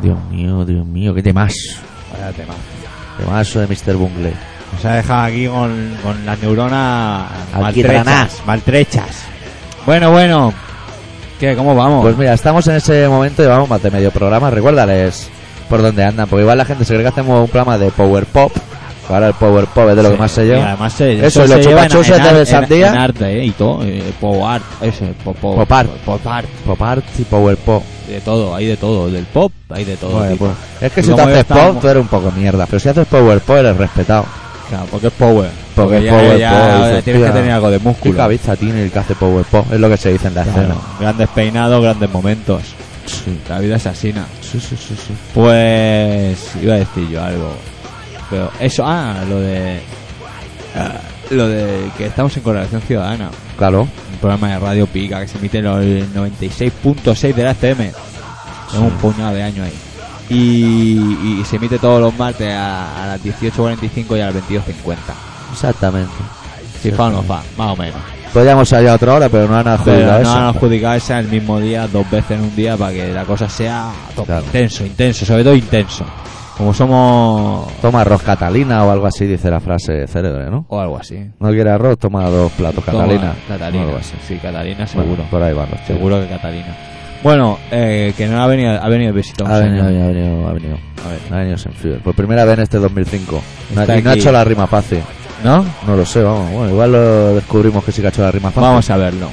Dios mío, Dios mío, qué temas. Vaya tema. Temazo de mister Bungle. Nos ha dejado aquí con, con las neuronas Alquitraná. maltrechas, maltrechas. Bueno, bueno. ¿Qué? ¿Cómo vamos? Pues mira, estamos en ese momento y vamos más de medio programa. Recuérdales por dónde andan, porque igual la gente se cree que hacemos un programa de Power Pop. Ahora el Power Pop es de lo Sí, que más sé yo. y además se, Eso, se los lleva en- chupachuses en ar- de en- sandía. En arte, ¿eh? Y todo. Eh, pop art. Ese, pop, pop, Pop art. Pop art. Pop Art y Power Pop. De todo, hay de todo. Del pop, hay de todo. Bueno, tipo. pues, es que Y si tú como haces estamos- pop, tú eres un poco mierda. Pero si haces Power Pop, eres respetado. Claro, porque es power. Porque es ya, Power ya Pop, dices, tienes que tío, tener algo de ¿Qué músculo. cabeza tiene el que hace Power Pop? Es lo que se dice en la Claro, escena. grandes peinados, grandes momentos. Sí. La vida es asesina. Sí, sí, sí, sí. Pues iba a decir yo algo. Pero eso, ah, lo de. ah, lo de que estamos en Correlación Ciudadana. Claro. Un programa de Radio Pica que se emite en el noventa y seis punto seis de la F M. Tengo un puñado de años ahí. Y, y se emite todos los martes a, a las dieciocho cuarenta y cinco y a las veintidós cincuenta. Exactamente. Si fa o no fa, más o menos. Podríamos salir a otra hora, pero no han adjudicado Pero no eso. han adjudicado esa el mismo día, dos veces en un día, para que la cosa sea top, Claro. intenso, intenso, sobre todo intenso. Como somos. Toma arroz Catalina o algo así, dice la frase célebre, ¿no? O algo así. No quiere arroz, toma dos platos Toma, Catalina. Catalina. O algo así. Sí, Catalina, Bueno, seguro. por ahí van los tiros. Seguro que Catalina. Bueno, eh, que no ha venido, ha venido el visita un Ha venido, señor. ha venido, ha venido. A ver. Ha venido sin Fever. Por primera vez en este dos mil cinco. No- Está y no ha aquí. hecho la rima fácil. ¿No? No lo sé, vamos. Bueno, igual lo descubrimos que sí que ha hecho la rima fácil. Vamos a verlo.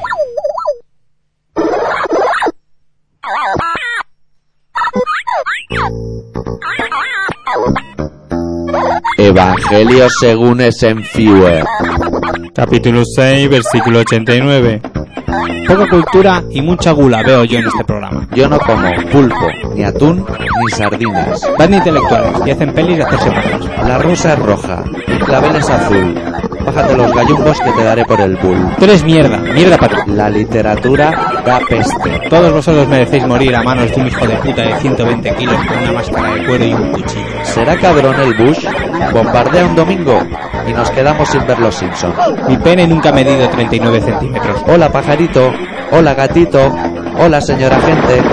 Evangelio según Eisenhower. Capítulo seis, versículo ochenta y nueve. Poca cultura y mucha gula veo yo en este programa. Yo no como pulpo, ni atún, ni sardinas. Van de intelectuales y hacen pelis de hacerse malos. La rosa es roja, el clavel es azul. Bájate los gallumbos que te daré por el bull. Tú eres mierda, mierda para ti. La literatura da peste. Todos vosotros merecéis morir a manos de un hijo de puta de ciento veinte kilos con una máscara de cuero y un cuchillo. ¿Será cabrón el Bush? Bombardea un domingo y nos quedamos sin ver los Simpsons. Mi pene nunca ha medido treinta y nueve centímetros. Hola pajarito, hola gatito, hola señora gente.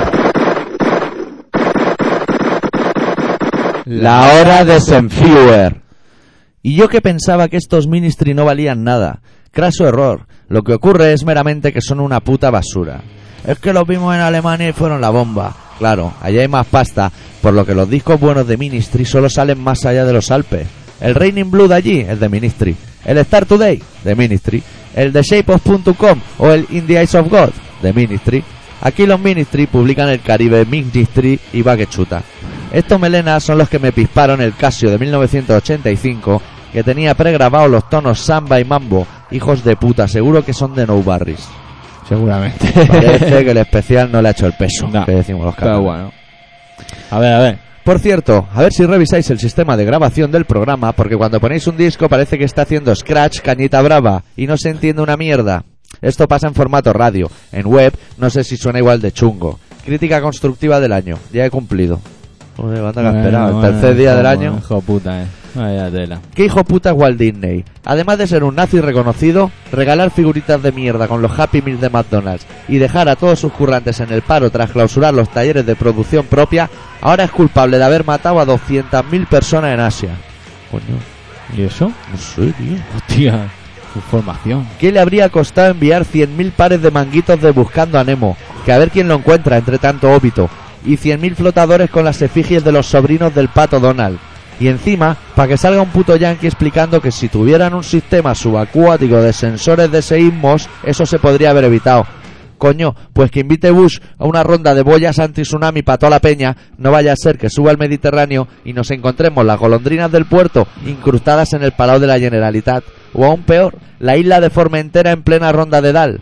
La hora de Senfuer. Y yo que pensaba que estos Ministry no valían nada. Craso error. Lo que ocurre es meramente que son una puta basura. Es que los vimos en Alemania y fueron la bomba. Claro, allá hay más pasta, por lo que los discos buenos de Ministry solo salen más allá de los Alpes. El Raining Blue de allí es de Ministry. El Star Today, de Ministry. El The Shape of punto com o el In the Eyes of God, de Ministry. Aquí los Ministry publican el Caribe Ministry y va que chuta. Estos melenas son los que me pisparon el Casio de mil novecientos ochenta y cinco, que tenía pregrabados los tonos samba y mambo. Hijos de puta, seguro que son de No Barris. Seguramente. Parece que el especial no le ha hecho el peso, No, que decimos los Pero cabrones. bueno. A ver, a ver. Por cierto, a ver si revisáis el sistema de grabación del programa, porque cuando ponéis un disco parece que está haciendo scratch cañita brava y no se entiende una mierda. Esto pasa en formato radio. En web no sé si suena igual de chungo. Crítica constructiva del año. Ya he cumplido. Joder, anda que ha esperado. El Bueno, tercer día hijo- del año. Hijo puta, eh. Vaya tela. ¿Qué hijo puta es Walt Disney? Además de ser un nazi reconocido, regalar figuritas de mierda con los Happy Meal de McDonald's y dejar a todos sus currantes en el paro tras clausurar los talleres de producción propia, ahora es culpable de haber matado a doscientas mil personas en Asia. Coño, ¿Y eso? no sé, tío. Hostia, información. ¿Qué le habría costado enviar cien mil pares de manguitos de Buscando a Nemo? Que a ver quién lo encuentra entre tanto óbito. Y cien mil flotadores con las efigies de los sobrinos del pato Donald. Y encima, para que salga un puto yankee explicando que si tuvieran un sistema subacuático de sensores de seísmos, eso se podría haber evitado. Coño, pues que invite Bush a una ronda de boyas anti-tsunami para toda la peña, no vaya a ser que suba al Mediterráneo y nos encontremos las golondrinas del puerto incrustadas en el Palau de la Generalitat. O aún peor, la isla de Formentera en plena ronda de Dal.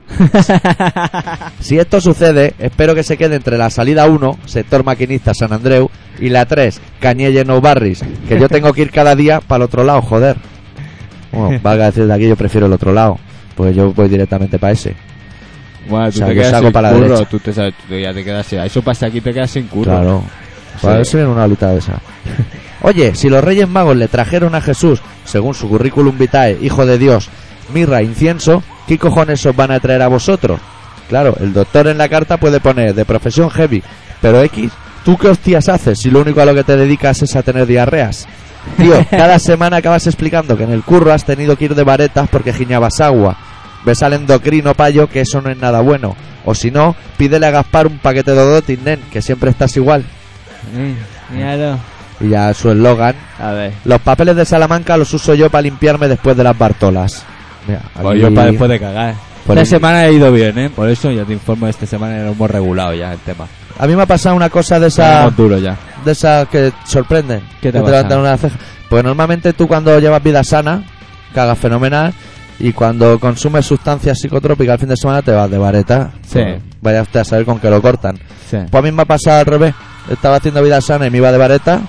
Si esto sucede, espero que se quede entre la salida uno, sector maquinista San Andreu, y la tres, Cañelle No Barris, que yo tengo que ir cada día para el otro lado, joder. Bueno, valga decir de aquí, yo prefiero el otro lado, pues yo voy directamente para ese. Bueno, tú O sea, te yo quedas saco sin para la curro, derecha. tú, te, sabes, tú ya te quedas sin... Eso pasa aquí, te quedas sin curro. Claro. Para Sí. eso viene una luta de esa. Oye, si los Reyes Magos le trajeron a Jesús, según su currículum vitae, hijo de Dios, mirra, incienso, ¿qué cojones os van a traer a vosotros? Claro, el doctor en la carta puede poner de profesión heavy, pero X, ¿Tú qué hostias haces si lo único a lo que te dedicas es a tener diarreas? Tío, cada semana acabas explicando que en el curro has tenido que ir de varetas porque giñabas agua. Ves al endocrino payo que eso no es nada bueno. O si no, pídele a Gaspar un paquete de Odotin, nen, que siempre estás igual. Mm, míralo. Y ya su eslogan: A ver. los papeles de Salamanca los uso yo para limpiarme después de las Bartolas. Mira, Pues aquí- yo para después de cagar. Por Esta el- semana he ido bien, ¿eh? Por eso ya te informo, esta semana lo hemos regulado ya el tema. A mí me ha pasado una cosa de esa, Estamos duros ya. de esas que sorprenden. ¿Qué te que pasa? levantan una ceja. Pues normalmente tú cuando llevas vida sana, cagas fenomenal. Y cuando consumes sustancias psicotrópicas el fin de semana te vas de vareta. Sí. Pues vaya usted a saber con qué lo cortan. Sí. Pues a mí me ha pasado al revés. Estaba haciendo vida sana y me iba de vareta.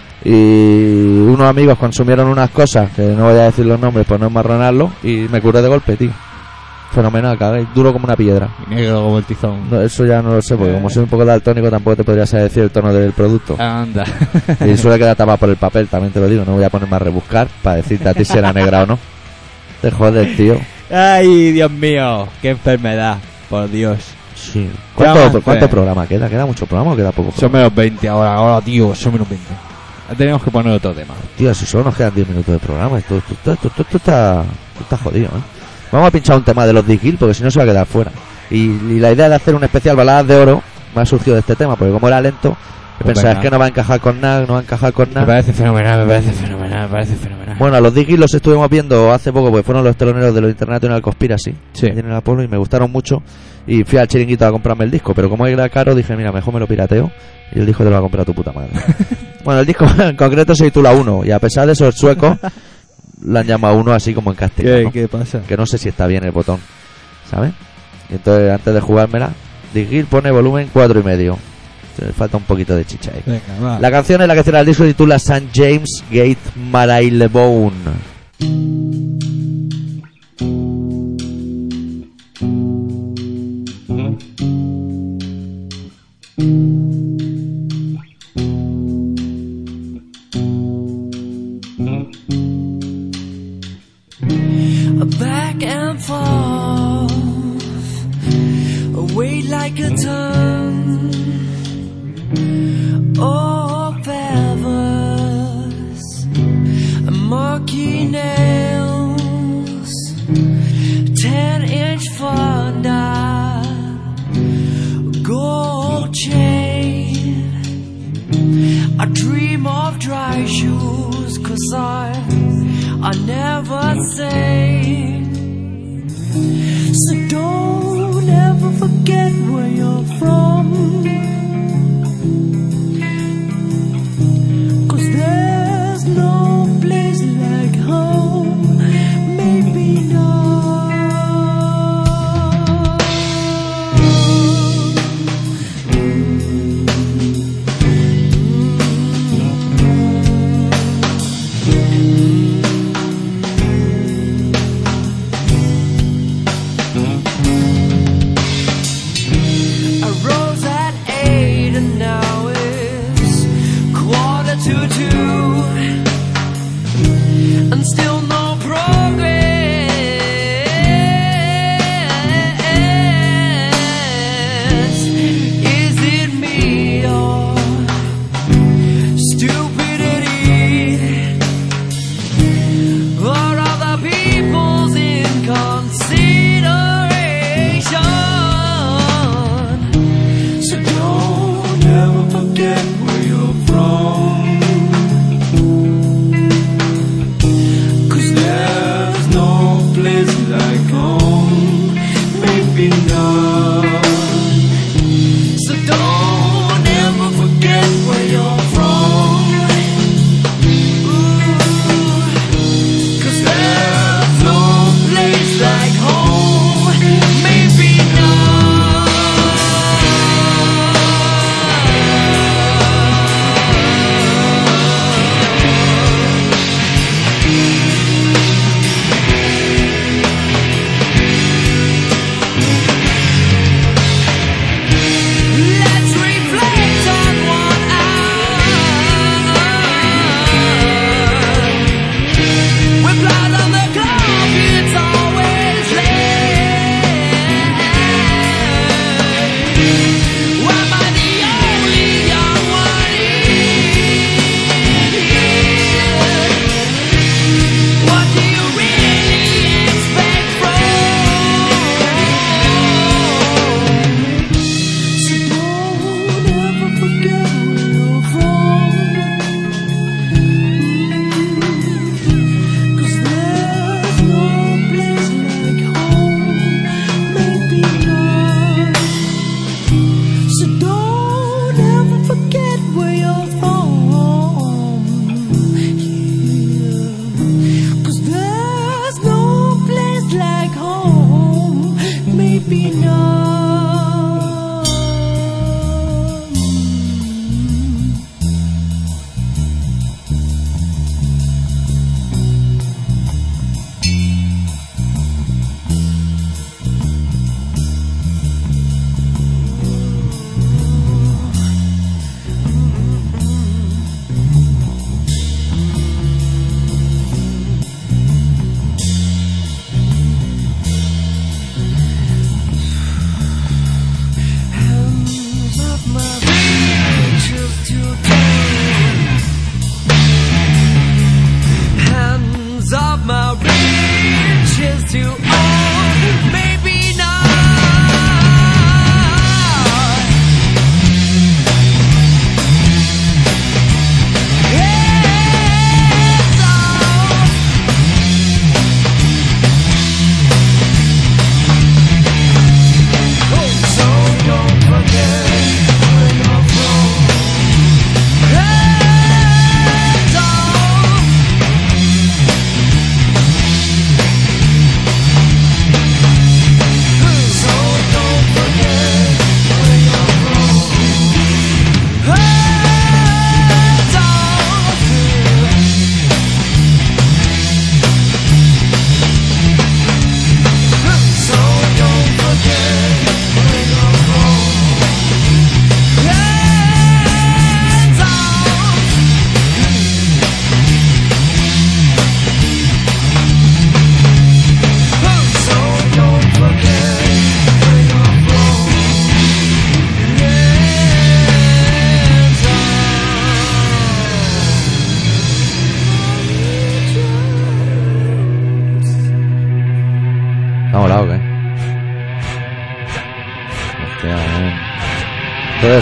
Y unos amigos consumieron unas cosas, que no voy a decir los nombres por no enmarronarlo. Y me curé de golpe, tío. Fenomenal, cagué. Duro como una piedra. Y negro como el tizón. No, eso ya no lo sé, porque Eh. como soy un poco daltónico tampoco te podría saber decir el tono del producto. Anda. Y suele quedar tapado por el papel, también te lo digo. No voy a ponerme a rebuscar para decirte a ti si era negra o no. Te jodes, tío. Ay, Dios mío. Qué enfermedad. Por Dios. Sí. Ya ¿Cuánto, más, ¿cuánto eh. programa queda? ¿Queda mucho programa o queda poco Son programa? menos veinte ahora. Ahora, tío. Son menos veinte. Ya tenemos que poner otro tema. Tío, si solo nos quedan diez minutos de programa, esto, esto, esto, esto, esto, esto está, esto está jodido, ¿eh? Vamos a pinchar un tema de los Dick porque si no se va a quedar fuera. Y, y la idea de hacer un especial baladas de oro me ha surgido de este tema, porque como era lento, Pues pensaba, venga. es que no va a encajar con nada, no va a encajar con Me nada. parece fenomenal, me parece fenomenal, me parece fenomenal. Bueno, a los Dick los estuvimos viendo hace poco, porque fueron los teloneros de los International Conspiracy, Sí. allí en el Apolo, y me gustaron mucho. Y fui al chiringuito a comprarme el disco, pero como era caro, dije, mira, mejor me lo pirateo. Y el disco te lo va a comprar tu puta madre. Bueno, el disco en concreto se titula Uno, y a pesar de eso, el sueco lo han llamado Uno así como en castellano. ¿Qué, ¿Qué pasa? Que no sé si está bien el botón, ¿sabes? Y entonces, antes de jugármela, Dick pone volumen cuatro y medio. Le falta un poquito de chicha ahí. Venga, va. La canción en la que cierra el disco se titula Saint James Gate Marylebone. Back and forth, away like a tongue of feathers, murky nails, ten inch fonder, gold chain. I dream of dry shoes, 'cause I I never say. So don't ever forget where you're from, 'cause there's no place like home. Maybe not. I rose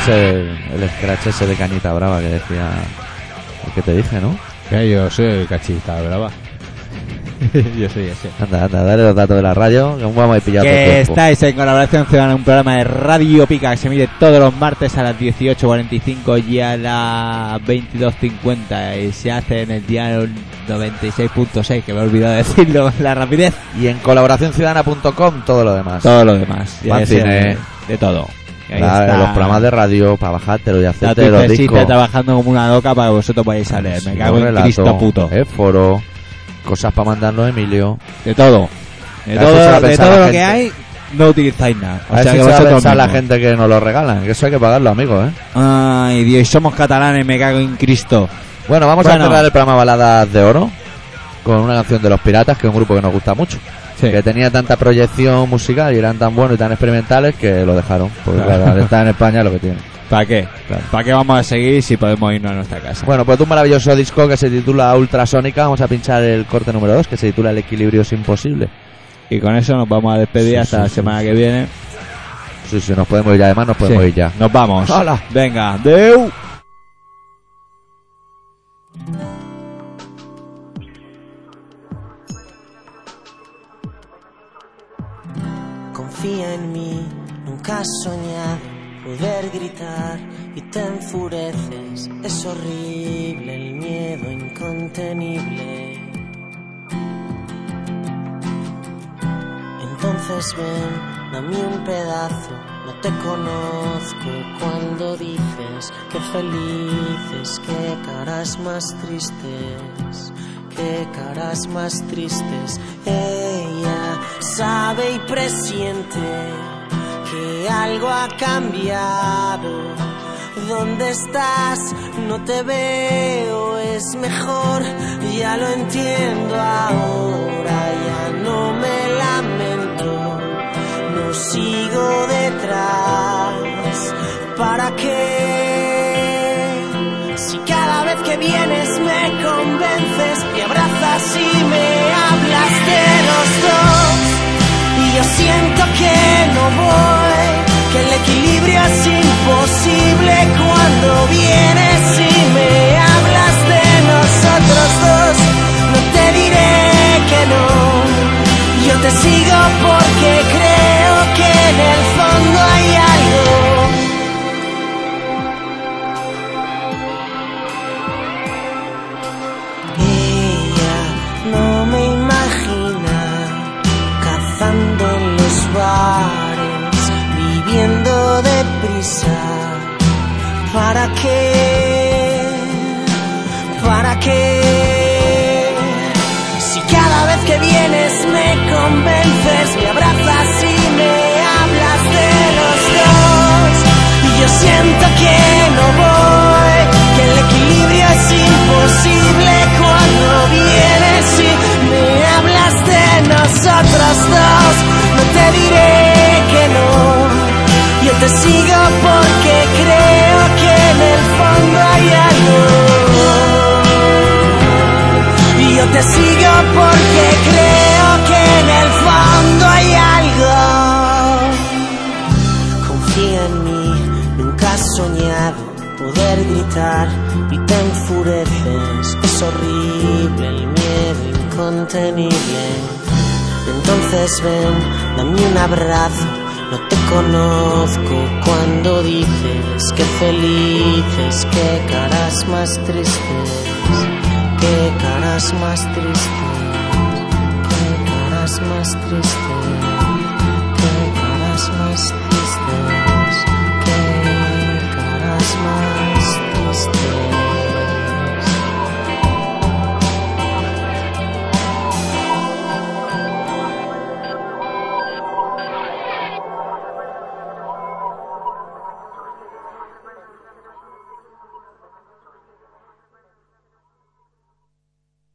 el, el scratch ese de Cañita Brava que decía... El que te dije, ¿no? Que yo soy el cachista, brava. Yo soy ese. Anda, anda, dale los datos de la radio, que vamos a ir pillando Que tiempo. estáis en Colaboración Ciudadana, un programa de Radio Pica que se emite todos los martes a las dieciocho cuarenta y cinco y a las veintidós cincuenta y se hace en el dial noventa y seis punto seis, que me he olvidado decirlo con la rapidez. Y en colaboración ciudadana punto com todo lo demás. Todo lo demás. Más Ya cine. sea, de todo. Ahí La- está. los programas de radio para bajártelo y La hacerte los Tucesita discos. trabajando como una loca para que vosotros podáis salir. Me Sí, cago un en relato, Cristo puto. eh, foro, cosas para mandarnos a Emilio. De todo. De A ver si se va a todo, de pensar todo la lo que gente. hay, no utilizáis nada. A ver si que se va a vosotros pensar la mismos. gente que nos lo regalan, que eso hay que pagarlo, amigos, ¿eh? Ay, Dios, somos catalanes, me cago en Cristo. Bueno, vamos Bueno. a cerrar el programa Baladas de Oro con una canción de Los Piratas, que es un grupo que nos gusta mucho. Sí. Que tenía tanta proyección musical y eran tan buenos y tan experimentales que lo dejaron. Porque Claro. claro, al estar en España es lo que tiene. ¿Para qué? Claro. ¿Para qué vamos a seguir si podemos irnos a nuestra casa? Bueno, pues de un maravilloso disco que se titula Ultrasónica, vamos a pinchar el corte número dos, que se titula El equilibrio es imposible. Y con eso nos vamos a despedir Sí, hasta sí, la sí, semana sí. que viene. Sí, sí, nos podemos ir ya, además nos podemos Sí, ir ya. Nos vamos. Hola. Venga, deu. Confía en mí, nunca has soñado poder gritar y te enfureces. Es horrible el miedo incontenible. Entonces ven, dame un pedazo, no te conozco cuando dices que felices, qué caras más tristes. Qué caras más tristes. Ella sabe y presiente que algo ha cambiado. ¿Dónde estás? No te veo, es mejor, ya lo entiendo ahora, ya no me lamento, no sigo detrás. ¿Para qué? Si cada vez que vienes me convences, me abrazas y me hablas de los dos, y yo siento que no voy, que el equilibrio es imposible cuando vienes y me hablas de nosotros dos. No te diré que no, yo te sigo porque creo que en el fondo hay algo. No me imagina cazando en los bares, viviendo deprisa. ¿Para qué? ¿Para qué? Si cada vez que vienes me convences, me abrazas y me hablas de los dos, y yo siento que no voy, que el equilibrio es imposible cuando vienes y me hablas de nosotros dos. No te diré que no, yo te sigo porque creo que en el fondo hay algo. Y yo te sigo porque creo que en el fondo hay algo. Confía en mí, nunca has soñado poder gritar y te enfureces. Es horrible el miedo incontenible. Entonces ven, dame un abrazo, no te conozco cuando dices que felices, qué caras más tristes, qué caras más tristes, qué caras más tristes.